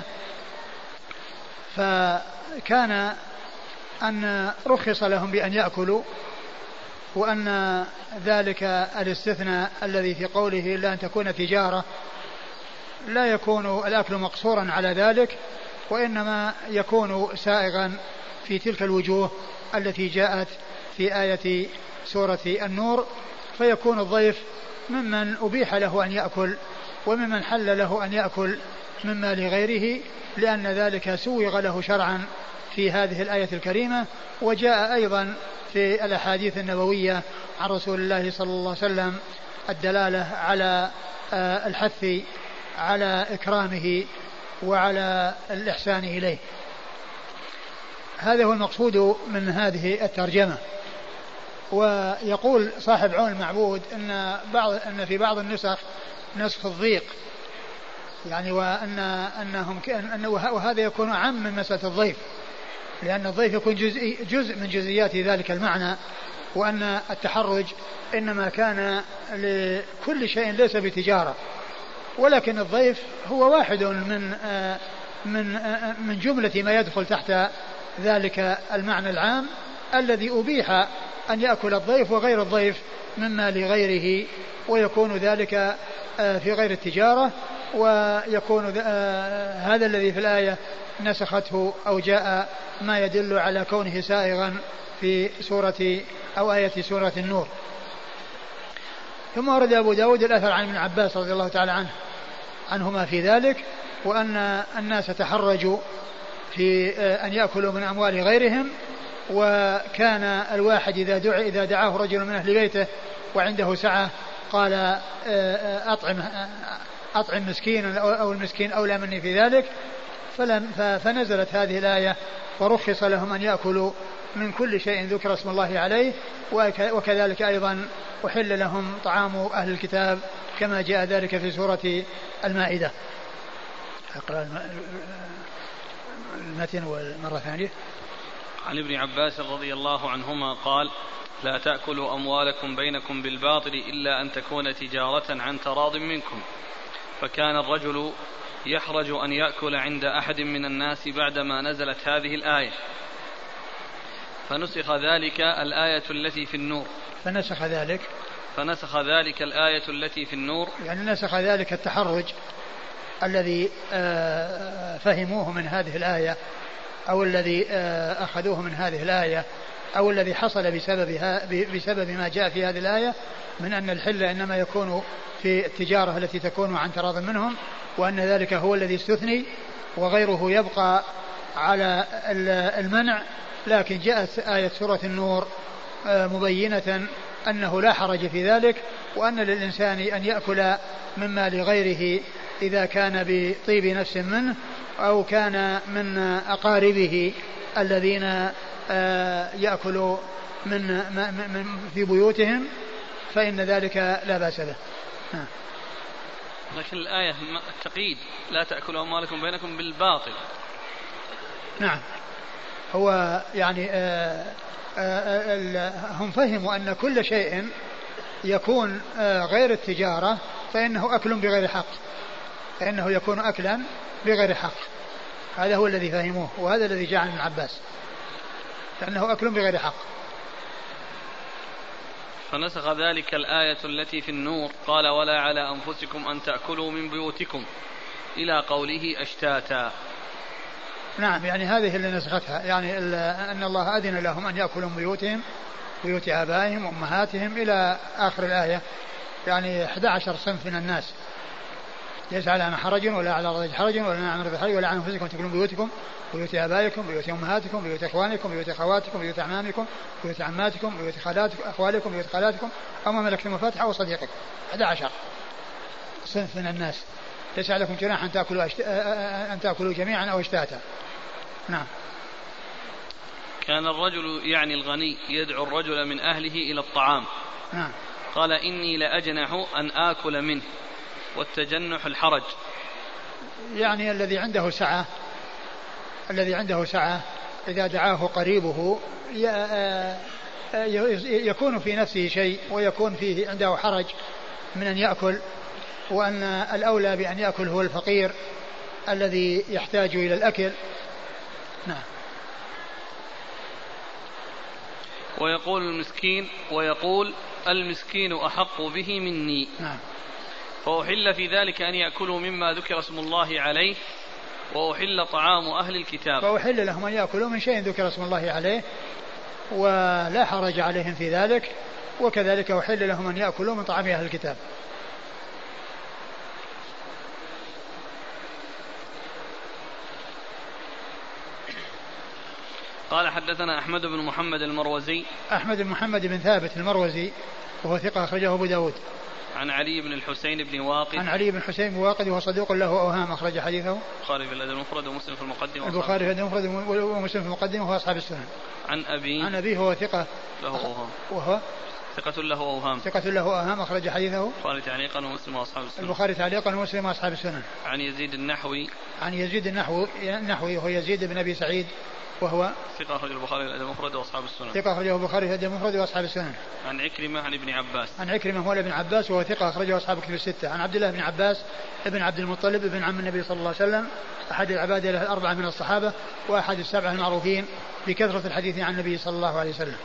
فكان أن رخص لهم بأن يأكلوا، وأن ذلك الاستثناء الذي في قوله إلا أن تكون تجارة لا يكون الأكل مقصورا على ذلك، وإنما يكون سائغا في تلك الوجوه التي جاءت في آية سورة النور، فيكون الضيف ممن أبيح له أن يأكل وممن حل له أن يأكل من مال غيره، لأن ذلك سوغ له شرعا في هذه الآية الكريمة. وجاء أيضا في الأحاديث النبوية عن رسول الله صلى الله عليه وسلم الدلالة على الحث على إكرامه وعلى الإحسان إليه. هذا هو المقصود من هذه الترجمة. ويقول صاحب عون المعبود أن بعض أن في بعض النسخ نسخ الضيق، يعني وأن أنهم أن وهذا يكون عام من مسألة الضيف، لأن الضيف يكون جزء جزء من جزئيات ذلك المعنى، وأن التحرج إنما كان لكل شيء ليس بتجارة، ولكن الضيف هو واحد من من من جملة ما يدخل تحت ذلك المعنى العام الذي أبيح أن يأكل الضيف وغير الضيف مما لغيره، ويكون ذلك في غير التجارة. ويكون هذا الذي في الآية نسخته أو جاء ما يدل على كونه سائغا في سورة أو آية سورة النور. ثم ورد أبو داود الأثر عن ابن عباس رضي الله تعالى عنه عنهما في ذلك، وأن الناس تحرجوا في أن يأكلوا من أموال غيرهم، وكان الواحد إذا دعا إذا دعاه رجل من أهل بيته وعنده سعة قال أطعم أطعم مسكينا أو المسكين أولى مني في ذلك، فلم فنزلت هذه الآية: ورخص لهم أن يأكلوا من كل شيء ذكر اسم الله عليه، وكذلك أيضا أحل لهم طعام أهل الكتاب كما جاء ذلك في سورة المائدة. أقرأ المتن والمرة ثانية. عن ابن عباس رضي الله عنهما قال: لا تأكلوا أموالكم بينكم بالباطل إلا أن تكون تجارة عن تراض منكم. فكان الرجل يحرج أن يأكل عند أحد من الناس بعدما نزلت هذه الآية، فنسخ ذلك الآية التي في النور فنسخ ذلك فنسخ ذلك الآية التي في النور يعني نسخ ذلك التحرج الذي فهموه من هذه الآية أو الذي أخذوه من هذه الآية أو الذي حصل بسببها بسبب ما جاء في هذه الآية من أن الحل إنما يكون في التجارة التي تكون عن تراض منهم، وأن ذلك هو الذي استثني وغيره يبقى على المنع. لكن جاءت آية سورة النور مبينة أنه لا حرج في ذلك، وأن للإنسان أن يأكل مما لغيره إذا كان بطيب نفس منه أو كان من أقاربه الذين يأكل من في بيوتهم فإن ذلك لا بأس به. لكن الآية التقييد لا تأكلوا أموالكم بينكم بالباطل. نعم، هو يعني آآ آآ هم فهموا أن كل شيء يكون غير التجارة فإنه أكل بغير حق، فإنه يكون أكلا بغير حق. هذا هو الذي فهموه، وهذا الذي جاء عن ابن عباس، لأنه أكل بغير حق. فنسخ ذلك الآية التي في النور قال: ولا على أنفسكم أن تأكلوا من بيوتكم إلى قوله أشتاتا. نعم، يعني هذه اللي نسختها، يعني أن الله أذن لهم أن يأكلوا من بيوتهم بيوت آبائهم وأمهاتهم إلى آخر الآية، يعني أحد عشر صنف من الناس. ليس على حرج ولا على رجل حرج ولا على بحرج ولا على أنفسكم تأكلون بيوتكم بيوت آبائكم بيوت أمهاتكم بيوت إخوانكم بيوت أخواتكم بيوت أعمامكم بيوت عماتكم بيوت خالاتكم أخوالكم بيوت خالاتكم أو ما ملكتم مفاتحه وصديقكم. أحد عشر صنف من الناس. ليس عليكم جناح أن تأكلوا أشت... أن تأكلوا جميعا أو اشتاتا. نعم. كان الرجل يعني الغني يدعو الرجل من أهله إلى الطعام. نعم. قال: إني لأجنح أن آكل منه، والتجنح الحرج. يعني الذي عنده سعة الذي عنده سعة إذا دعاه قريبه يكون في نفسه شيء ويكون فيه عنده حرج من أن يأكل، وأن الأولى بأن يأكل هو الفقير الذي يحتاج إلى الأكل. نعم. ويقول المسكين ويقول المسكين أحق به مني. نعم. فأحل في ذلك أن يأكلوا مما ذكر اسم الله عليه، وأحل طعام أهل الكتاب. فأحل لهم أن يأكلوا من شيء ذكر اسم الله عليه ولا حرج عليهم في ذلك، وكذلك أحل لهم أن يأكلوا من طعام أهل الكتاب. قال: حدثنا أحمد بن محمد المروزي. أحمد بن محمد بن ثابت المروزي وهو ثقة أخرجه أبو داود. عن علي بن الحسين بن واقد. عن علي بن الحسين بن واقد وهو صدوق له أوهام، أخرج حديثه البخاري في الأدب المفرد ومسلم في المقدمة. البخاري في الأدب المفرد ومسلم في المقدمة وهو أصحاب السنن. عن أبي. عن أبيه وهو ثقة له أوهام. وهو ثقة له أوهام. ثقة له أوهام، أخرج حديثه البخاري تعليقا ومسلم وأصحاب السنن. البخاري تعليقا ومسلم وأصحاب السنن. عن يزيد النحوي. عن يزيد النحوي النحوي وهو يزيد بن أبي سعيد وهو ثقة أخرجه البخاري في الأدب المفرد وأصحاب السنن. ثقة أخرجه البخاري في الأدب المفرد وأصحاب السنن. عن عكرمة عن ابن عباس. عن عكرمة مولى ابن عباس وهو ثقة أخرجه أصحاب الكتب الستة. عن عبد الله بن عباس ابن عبد المطلب ابن عم النبي صلى الله عليه وسلم، أحد العباد له الأربعة من الصحابة وأحد السبعة المعروفين بكثرة الحديث عن النبي صلى الله عليه وسلم.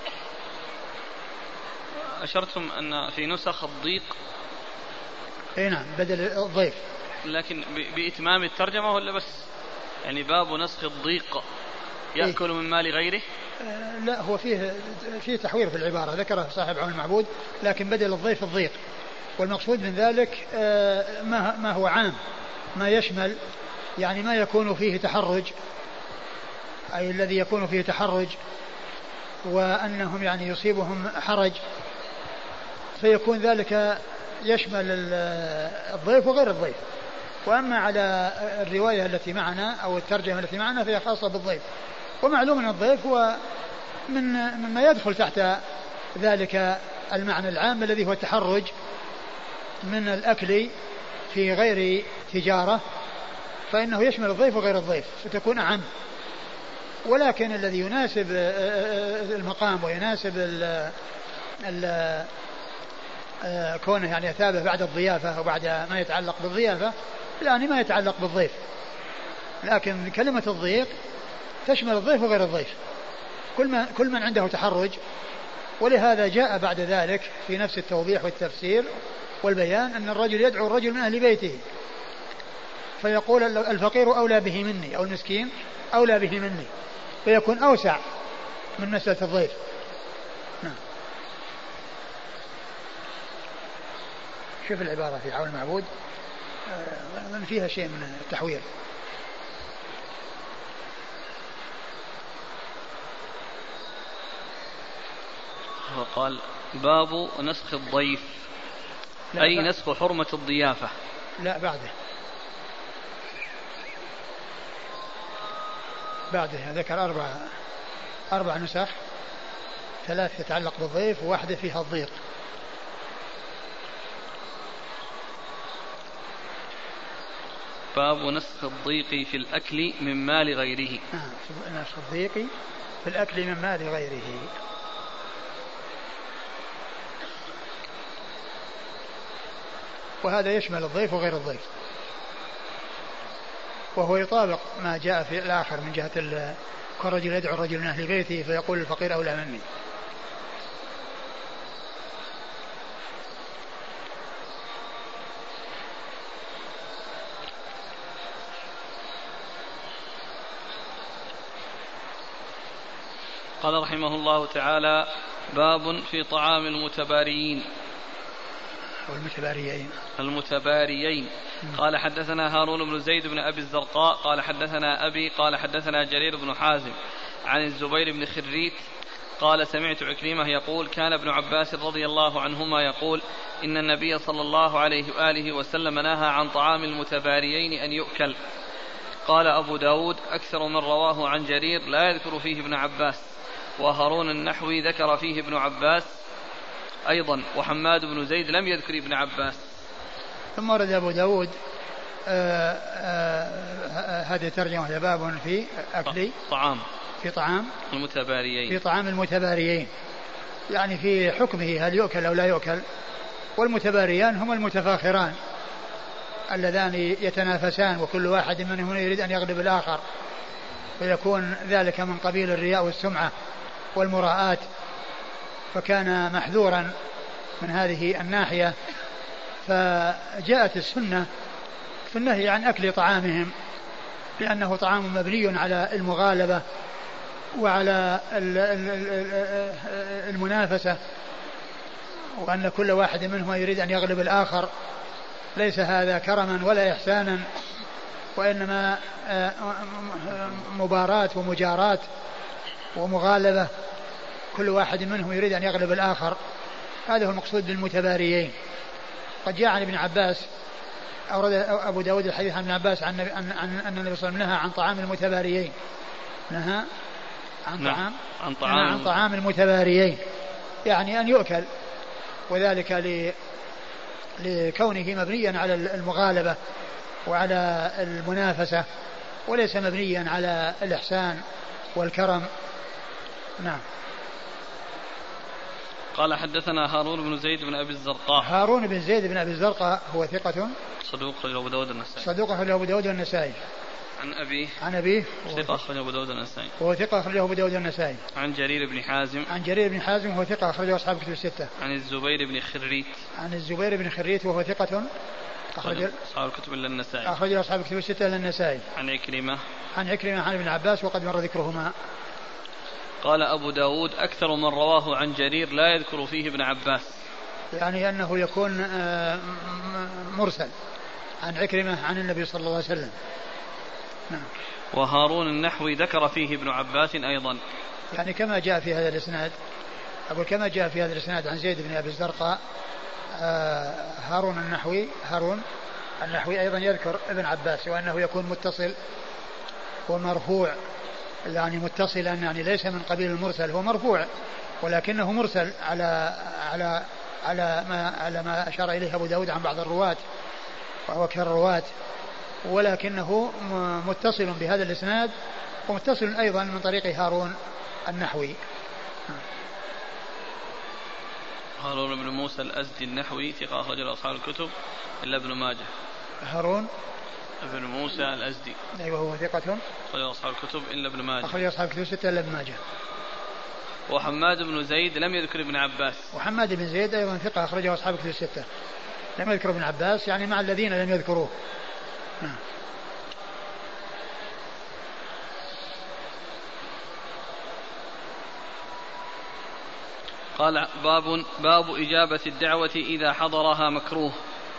أشرتم أن في نسخ الضيق. اي نعم، بدل الضيف. لكن بإتمام الترجمة ولا بس يعني باب نسخ الضيق يأكل إيه؟ من مال غيره. آه لا، هو فيه فيه تحوير في العبارة ذكره صاحب عون المعبود، لكن بدل الضيف الضيق، والمقصود من ذلك آه ما ما هو عام، ما يشمل يعني ما يكون فيه تحرج، أي الذي يكون فيه تحرج وأنهم يعني يصيبهم حرج، فيكون ذلك يشمل الضيف وغير الضيف. وأما على الرواية التي معنا أو الترجمة التي معنا فهي خاصة بالضيف، ومعلوم أن الضيف هو من مما يدخل تحت ذلك المعنى العام الذي هو التحرج من الأكل في غير تجارة فإنه يشمل الضيف وغير الضيف فتكون أعم. ولكن الذي يناسب المقام ويناسب ال ال كونه يعني يتابع بعد الضيافة وبعد ما يتعلق بالضيافة يعني ما يتعلق بالضيف. لكن كلمة الضيق تشمل الضيف وغير الضيف كل من, كل من عنده تحرج. ولهذا جاء بعد ذلك في نفس التوضيح والتفسير والبيان أن الرجل يدعو الرجل من أهل بيته فيقول الفقير أولى به مني أو المسكين أولى به مني فيكون أوسع من مسألة الضيف. نعم. شوف العبارة في عون المعبود من فيها شيء من التحوير. وقال باب نسخ الضيف أي بعد. نسخ حرمة الضيافة. لا بعده بعده ذكر أربع أربع نسخ ثلاث تتعلق بالضيف وواحدة فيها الضيق. باب نسخ الضيق في الأكل من مال غيره. آه نسخ الضيق في الأكل من مال غيره. وهذا يشمل الضيف وغير الضيف وهو يطابق ما جاء في الآخر من جهة الرجل يدعو الرجل من أهل بيته فيقول الفقير أولى مني. قال رحمه الله تعالى باب في طعام المتباريين والمتباريين المتباريين. قال حدثنا هارون بن زيد بن أبي الزرقاء قال حدثنا أبي قال حدثنا جرير بن حازم عن الزبير بن خريت قال سمعت عكرمة يقول كان ابن عباس رضي الله عنهما يقول إن النبي صلى الله عليه وآله وسلم نهى عن طعام المتباريين أن يؤكل. قال أبو داود أكثر من رواه عن جرير لا يذكر فيه ابن عباس وهارون النحوي ذكر فيه ابن عباس أيضا وحماد بن زيد لم يذكر ابن عباس. ثم ورد أبو داود هذه ترجمة باب في أكل طعام في طعام المتباريين في طعام المتباريين يعني في حكمه هل يؤكل أو لا يؤكل. والمتباريان هم المتفاخران اللذان يتنافسان وكل واحد منهم يريد أن يغلب الآخر فيكون ذلك من قبيل الرياء والسمعة والمراءات فكان محذورا من هذه الناحية. فجاءت السنة في النهي عن أكل طعامهم لأنه طعام مبني على المغالبة وعلى المنافسة وأن كل واحد منهم يريد أن يغلب الآخر. ليس هذا كرما ولا إحسانا وإنما مباراة ومجاراة ومغالبة كل واحد منهم يريد أن يغلب الآخر. هذا هو المقصود بالمتباريين. قد جاء عن ابن عباس أورد أبو داود الحديث عن ابن عباس عن أن النبي صلى الله عليه وسلم نهى عن طعام المتباريين نهى عن طعام عن طعام, عن طعام المتباريين يعني أن يؤكل وذلك ل لكونه مبنيا على المغالبة وعلى المنافسة وليس مبنيا على الإحسان والكرم. نعم. قال حدثنا هارون بن زيد بن أبي الزرقاء. هارون بن زيد بن أبي الزرقاء هو ثقة صدوق أخرجه أبو داود النسائي. صدوق أخرجه أبو داود النسائي. عن أبيه عن أبيه ثقة أخرجه أبو داود النسائي. وهو ثقة أخرجه أبو داود النسائي. عن جرير بن حازم. عن جرير بن حازم وهو ثقة أخرجه أصحاب كتب الستة. عن الزبير بن خريت. عن الزبير بن خريت وهو ثقة أخرج أصحاب الكتب إلا النسائي. أخرج أصحاب الكتب الستة إلا النسائي. عن عكرمة. عن عكرمة عن ابن عباس وقد مر ذكرهما. قال أبو داود أكثر من رواه عن جرير لا يذكر فيه ابن عباس يعني أنه يكون مرسل عن عكرمة عن النبي صلى الله عليه وسلم. نعم. وهارون النحوي ذكر فيه ابن عباس أيضا يعني كما جاء في هذا الإسناد أقول كما جاء في هذا الإسناد عن زيد بن أبي الزرقاء هارون النحوي هارون النحوي أيضا يذكر ابن عباس وأنه يكون متصل ومرفوع يعني متصلا يعني ليس من قبيل المرسل هو مرفوع ولكنه مرسل على على على ما على ما أشار إليه أبو داود عن بعض الرواة وهو كالرواة، ولكنه متصل بهذا الإسناد ومتصل أيضا من طريق هارون النحوي. هارون بن موسى الأزدي النحوي ثقة أخرج له أصحاب الكتب إلا ابن ماجه. هارون ابن موسى الأزدي أيوه هو ثقة أخرج له أصحاب الكتب إلا ابن ماجه. أخرج أصحاب الكتب ستة إلا ابن ماجه. وحماد بن زيد لم يذكر ابن عباس. وحماد بن زيد أيضا ثقة أخرجه أصحاب الكتب الستة، لم يذكر ابن عباس يعني مع الذين لم يذكروه. نعم. قال باب باب إجابة الدعوة إذا حضرها مكروه.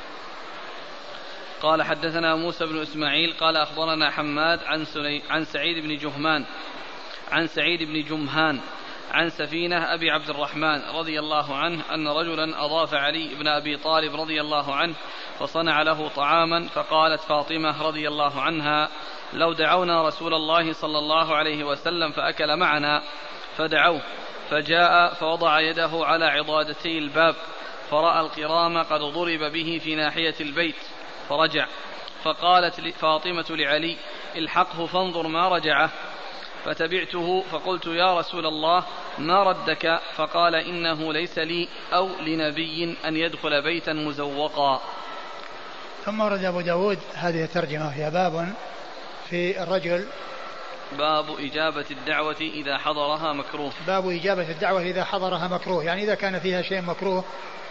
قال حدثنا موسى بن إسماعيل قال أخبرنا حماد عن, عن سعيد بن جهمان عن سعيد بن جمهان عن سفينة أبي عبد الرحمن رضي الله عنه أن رجلا أضاف علي بن أبي طالب رضي الله عنه فصنع له طعاما، فقالت فاطمة رضي الله عنها لو دعونا رسول الله صلى الله عليه وسلم فأكل معنا، فدعوه فجاء فوضع يده على عضادتي الباب فرأى القرام قد ضرب به في ناحية البيت فرجع، فقالت فاطمة لعلي الحقه فانظر ما رجعه، فتبعته فقلت يا رسول الله ما ردك؟ فقال إنه ليس لي أو لنبي أن يدخل بيتا مزوقا. ثم ورد أبو داود هذه الترجمة فيها باب في الرجل باب إجابة الدعوة إذا حضرها مكروه. باب إجابة الدعوة إذا حضرها مكروه، يعني إذا كان فيها شيء مكروه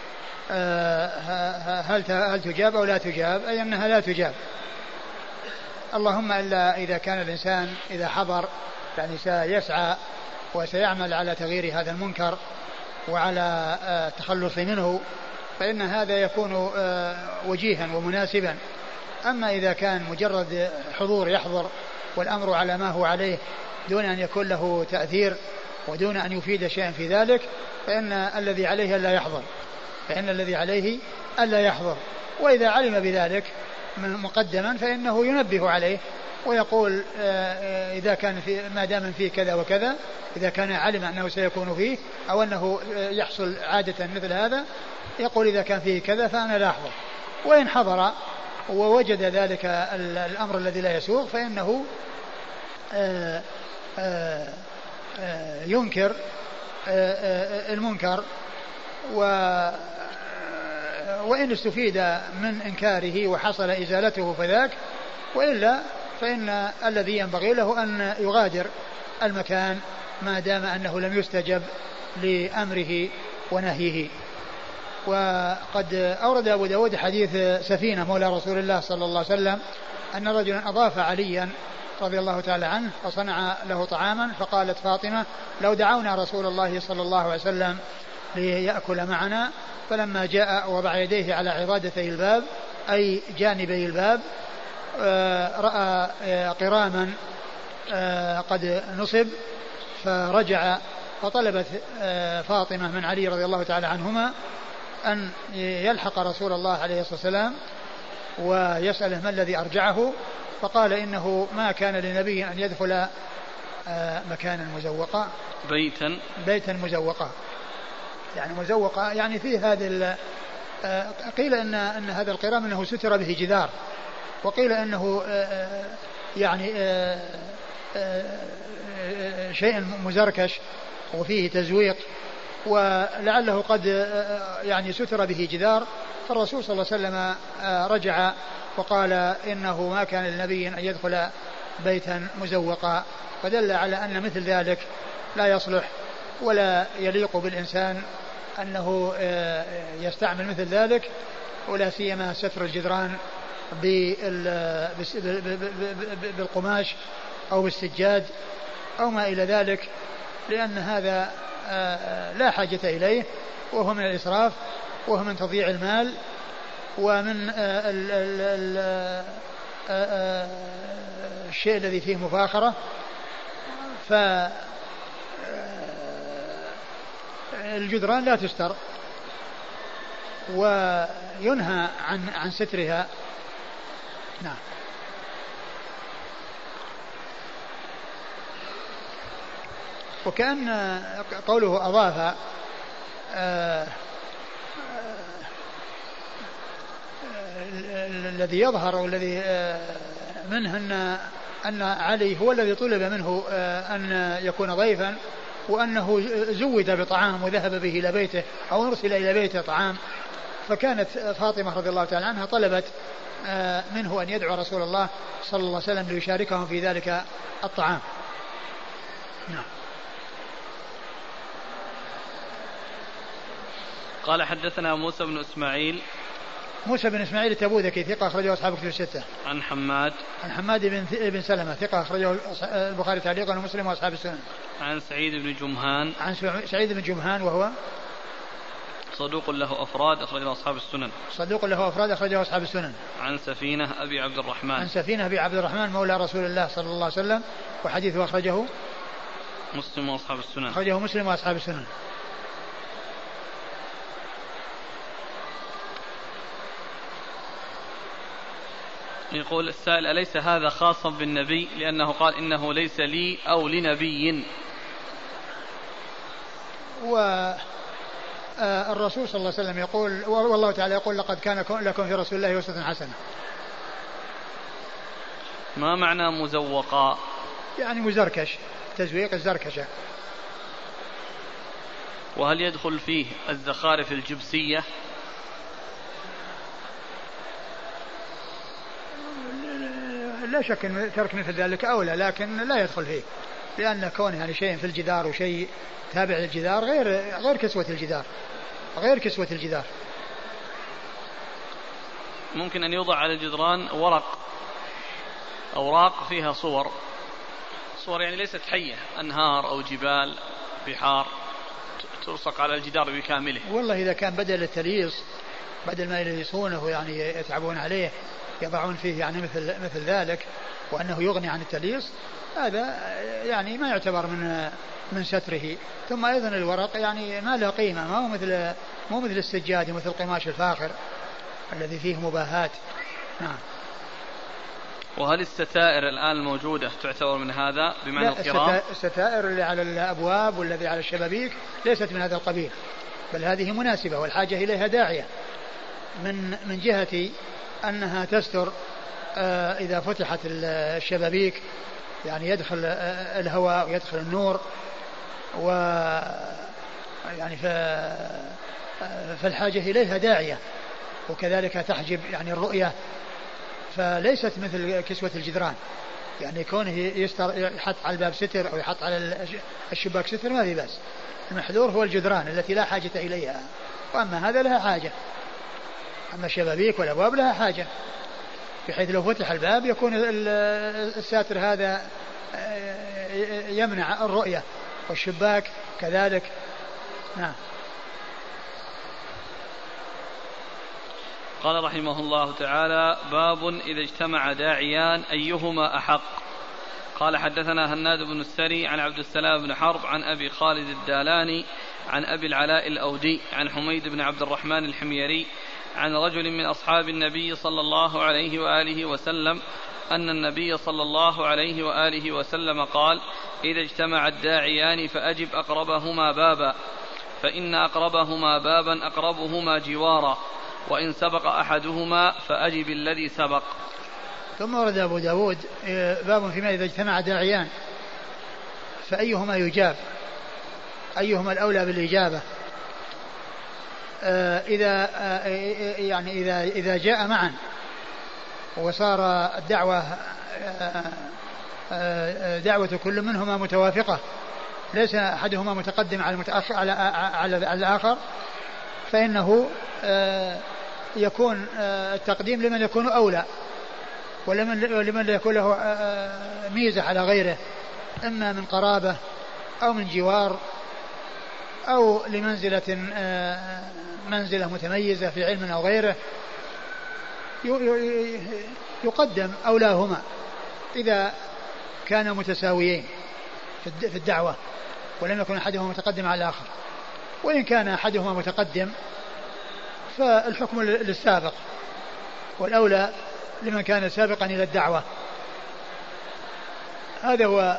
هل هل تجاب أو لا تجاب، أي أنها لا تجاب، اللهم إلا إذا كان الإنسان إذا حضر يعني سيسعى وسيعمل على تغيير هذا المنكر وعلى التخلص منه، فإن هذا يكون وجيها ومناسبا. أما إذا كان مجرد حضور يحضر والأمر على ما هو عليه دون أن يكون له تأثير ودون أن يفيد شيئا في ذلك، فإن الذي عليه ألا يحضر فإن الذي عليه ألا يحضر وإذا علم بذلك مقدما فإنه ينبه عليه ويقول إذا كان في ما دام فيه كذا وكذا، إذا كان علم أنه سيكون فيه أو أنه يحصل عادة مثل هذا يقول إذا كان فيه كذا فأنا لا أحضر، وإن حضر ووجد ذلك الأمر الذي لا يسوغ فإنه ينكر المنكر، وإن استفيد من إنكاره وحصل إزالته فذاك، وإلا فإن الذي ينبغي له أن يغادر المكان ما دام أنه لم يستجب لأمره ونهيه. وقد أورد أبو داود حديث سفينة مولى رسول الله صلى الله عليه وسلم أن رجلا أضاف عليا رضي الله تعالى عنه فصنع له طعاما، فقالت فاطمة لو دعونا رسول الله صلى الله عليه وسلم ليأكل معنا، فلما جاء وضع يديه على عضادتي الباب أي جانبي الباب رأى قراما قد نصب فرجع، فطلبت فاطمة من علي رضي الله تعالى عنهما أن يلحق رسول الله عليه الصلاة والسلام ويسأله ما الذي أرجعه، فقال إنه ما كان لنبي أن يدخل مكانا مزوقا بيتا بيتا مزوقا يعني مزوقا يعني فيه هذا قيل إن, أن هذا القرام أنه ستر به جدار، وقيل أنه يعني شيء مزركش وفيه تزويق، ولعله قد يعني ستر به جدار، فالرسول صلى الله عليه وسلم رجع وقال إنه ما كان للنبي أن يدخل بيتا مزوقا، فدل على أن مثل ذلك لا يصلح ولا يليق بالإنسان أنه يستعمل مثل ذلك، ولا سيما ستر الجدران بالقماش أو بالسجاد أو ما إلى ذلك، لأن هذا لا حاجة إليه، وهو من الإسراف وهو من تضييع المال ومن الشيء الذي فيه مفاخرة. فالجدران لا تستر وينهى عن عن سترها. نعم. وكأن قوله أضاف الذي يظهر والذي منه أن أن علي هو الذي طلب منه أن يكون ضيفا، وأنه زود بطعام وذهب به إلى بيته أو أرسل إلى بيته طعام. فكانت فاطمة رضي الله تعالى عنها طلبت منه أن يدعو رسول الله صلى الله عليه وسلم ليشاركهم في ذلك الطعام. نعم. قال حدثنا موسى بن إسماعيل. موسى بن إسماعيل التبوذكي ثقة أخرجه أصحاب كتب الستة. عن حماد. عن حماد بن بن سلمة ثقة أخرجه البخاري تعليقا ومسلم وأصحاب السنن. عن سعيد بن جمهان. عن سعيد بن جمهان وهو صدوق له أفراد أخرجه أصحاب السنن. صدوق له أفراد أخرجه أصحاب السنن. عن سفينة أبي عبد الرحمن. عن سفينة أبي عبد الرحمن مولى رسول الله صلى الله عليه وسلم، وحديثه أخرجه مسلم وأصحاب السنن. أخرجه مسلم وأصحاب السنن. يقول السائل: أليس هذا خاصا بالنبي لأنه قال إنه ليس لي أو لنبي؟ والرسول صلى الله عليه وسلم يقول، والله تعالى يقول: لقد كان لكم في رسول الله أسوة حسنة. ما معنى مزوقا؟ يعني مزركش، تزويق الزركشة. وهل يدخل فيه الزخارف الجبسية؟ لا شك أن ترك مثل ذلك أولى، لكن لا يدخل فيه، لأن كونه يعني شيء في الجدار وشيء تابع للجدار غير غير كسوة الجدار غير كسوة الجدار. ممكن أن يوضع على الجدران ورق أوراق فيها صور صور يعني ليست حية، أنهار أو جبال بحار، تلصق على الجدار بكامله. والله إذا كان بدل التليص، بدل ما يليصونه يعني يتعبون عليه، يضعون فيه يعني مثل مثل ذلك، وأنه يغني عن التليص، هذا يعني ما يعتبر من من ستره. ثم أيضا الورق يعني ما له قيمة، ما هو مثل مو مثل السجاد ومثل القماش الفاخر الذي فيه مباهات. نعم. وهل الستائر الآن الموجودة تعتبر من هذا بمعنى الكرام؟ الستائر اللي على الأبواب والذي على الشبابيك ليست من هذا القبيل، بل هذه مناسبة والحاجة إليها داعية، من من جهة أنها تستر آه إذا فتحت الشبابيك، يعني يدخل آه الهواء ويدخل النور، و يعني فالحاجة إليها داعية، وكذلك تحجب يعني الرؤية، فليست مثل كسوة الجدران. يعني كونه يستر يحط على الباب ستر أو يحط على الشباك ستر ما في بأس. المحذور هو الجدران التي لا حاجة إليها، وأما هذا لها حاجة. أما الشبابيك والأبواب لها حاجة، بحيث لو فتح الباب يكون الساتر هذا يمنع الرؤية، والشباك كذلك. نعم. قال رحمه الله تعالى: باب إذا اجتمع داعيان أيهما أحق. قال حدثنا هناد بن السري عن عبد السلام بن حرب عن أبي خالد الدالاني عن أبي العلاء الأودي عن حميد بن عبد الرحمن الحميري عن رجل من أصحاب النبي صلى الله عليه وآله وسلم أن النبي صلى الله عليه وآله وسلم قال: إذا اجتمع الداعيان فأجب أقربهما بابا، فإن أقربهما بابا أقربهما جوارا، وإن سبق أحدهما فأجب الذي سبق. ثم ورد أبو داود باب فيما إذا اجتمع داعيان فأيهما يجاب، أيهما الأولى بالإجابة. إذا يعني إذا إذا جاء معا وصار الدعوة دعوة كل منهما متوافقة، ليس أحدهما متقدم على المتأخر على على الآخر، فإنه يكون التقديم لمن يكون أولى، ولمن لمن يكون له ميزة على غيره، إما من قرابة أو من جوار أو لمنزلة منزلة متميزة في علم أو غيره، يقدم أولاهما إذا كانوا متساويين في الدعوة ولم يكن أحدهما متقدم على الآخر. وإن كان أحدهما متقدم فالحكم للسابق، والأولى لمن كان سابقا إلى الدعوة. هذا هو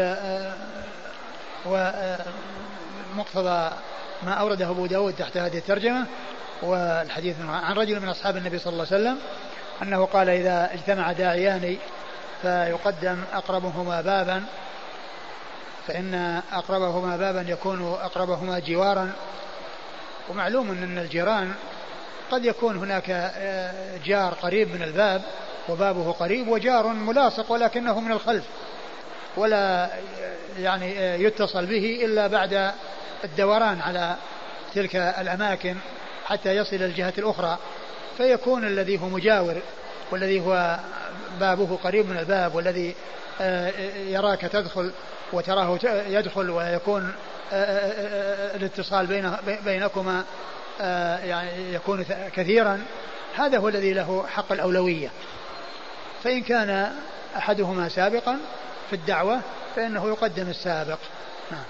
ومقتضى ما أورده أبو داود تحت هذه الترجمة. والحديث عن رجل من أصحاب النبي صلى الله عليه وسلم أنه قال إذا اجتمع داعيان فيقدم أقربهما بابا، فإن أقربهما بابا يكون أقربهما جوارا. ومعلوم أن الجيران قد يكون هناك جار قريب من الباب وبابه قريب، وجار ملاصق ولكنه من الخلف ولا يعني يتصل به إلا بعد الدوران على تلك الأماكن حتى يصل الجهة الأخرى، فيكون الذي هو مجاور والذي هو بابه قريب من الباب والذي يراك تدخل وتراه يدخل ويكون الاتصال بينكما يعني يكون كثيرا، هذا هو الذي له حق الأولوية. فإن كان أحدهما سابقا في الدعوة فإنه يقدم السابق. نعم.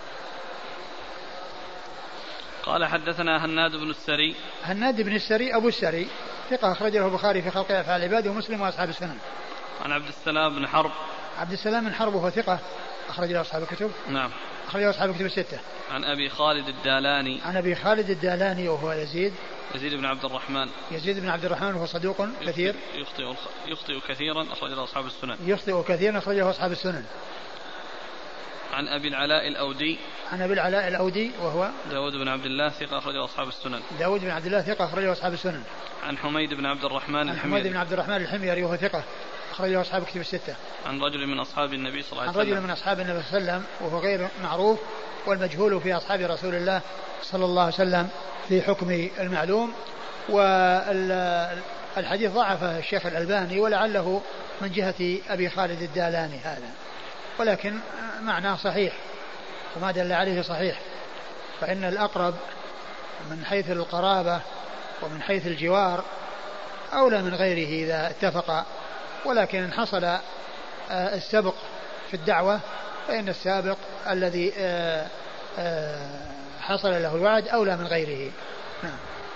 قال حدثنا هناد بن السري. هناد بن السري أبو السري ثقة أخرجه البخاري في خلق أفعال العباد ومسلم وأصحاب السنن. عن عبد السلام بن حرب. عبد السلام بن حرب وهو ثقة أخرج له أصحاب الكتب. نعم. أخرج له أصحاب الكتب الستة. عن أبي خالد الدالاني. عن أبي خالد الدالاني وهو يزيد يزيد بن عبد الرحمن. يزيد بن عبد الرحمن وهو صدوق كثير يخطئ يخطئ كثيرا أخرج له أصحاب السنن. يخطئ كثيرا أخرج له أصحاب السنن. عن أبي العلاء الأودي. عن أبي العلاء الأودي وهو داود بن عبد الله ثقة أخرجه أصحاب السنن. داود بن عبد الله ثقة أخرجه أصحاب السنن. عن حميد بن عبد الرحمن الحميري. عن حميد بن عبد الرحمن الحميري وهو ثقة أخرجه أصحاب الكتب الستة. عن رجل من أصحاب النبي صلى الله عليه وسلم. عن وسلم. رجل من أصحاب النبي صلى الله عليه وسلم وهو غير معروف والمجهول في أصحاب رسول الله صلى الله عليه وسلم في حكم المعلوم. والحديث ضعفه الشيخ الألباني ولعله من جهة أبي خالد الدالاني هذا، ولكن معناه صحيح وما دل عليه صحيح، فإن الأقرب من حيث القرابة ومن حيث الجوار أولى من غيره إذا اتفق، ولكن إن حصل السبق في الدعوة فإن السابق الذي حصل له الوعد أولى من غيره. نعم.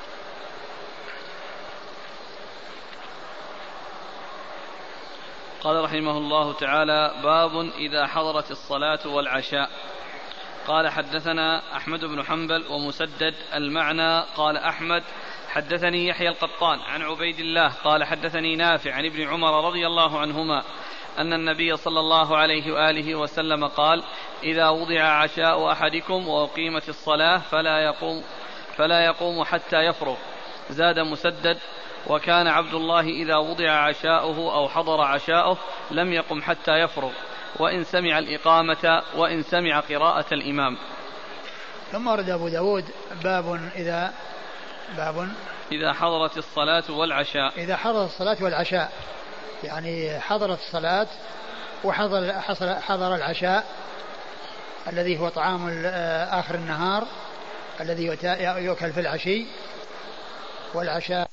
قال رحمه الله تعالى: باب إذا حضرت الصلاة والعشاء. قال حدثنا أحمد بن حنبل ومسدد المعنى. قال أحمد: حدثني يحيى القطان عن عبيد الله قال حدثني نافع عن ابن عمر رضي الله عنهما أن النبي صلى الله عليه وآله وسلم قال: إذا وضع عشاء أحدكم وأقيمت الصلاة فلا يقوم, فلا يقوم حتى يفرغ. زاد مسدد: وكان عبد الله إذا وضع عشاؤه أو حضر عشاؤه لم يقم حتى يفرغ، وإن سمع الإقامة وإن سمع قراءة الإمام. ثم ورد أبو داود باب إذا باب إذا حضرت الصلاة والعشاء. إذا حضرت الصلاة والعشاء، يعني حضرت الصلاة وحضر حضر العشاء الذي هو طعام آخر النهار الذي يؤكل في العشي، والعشاء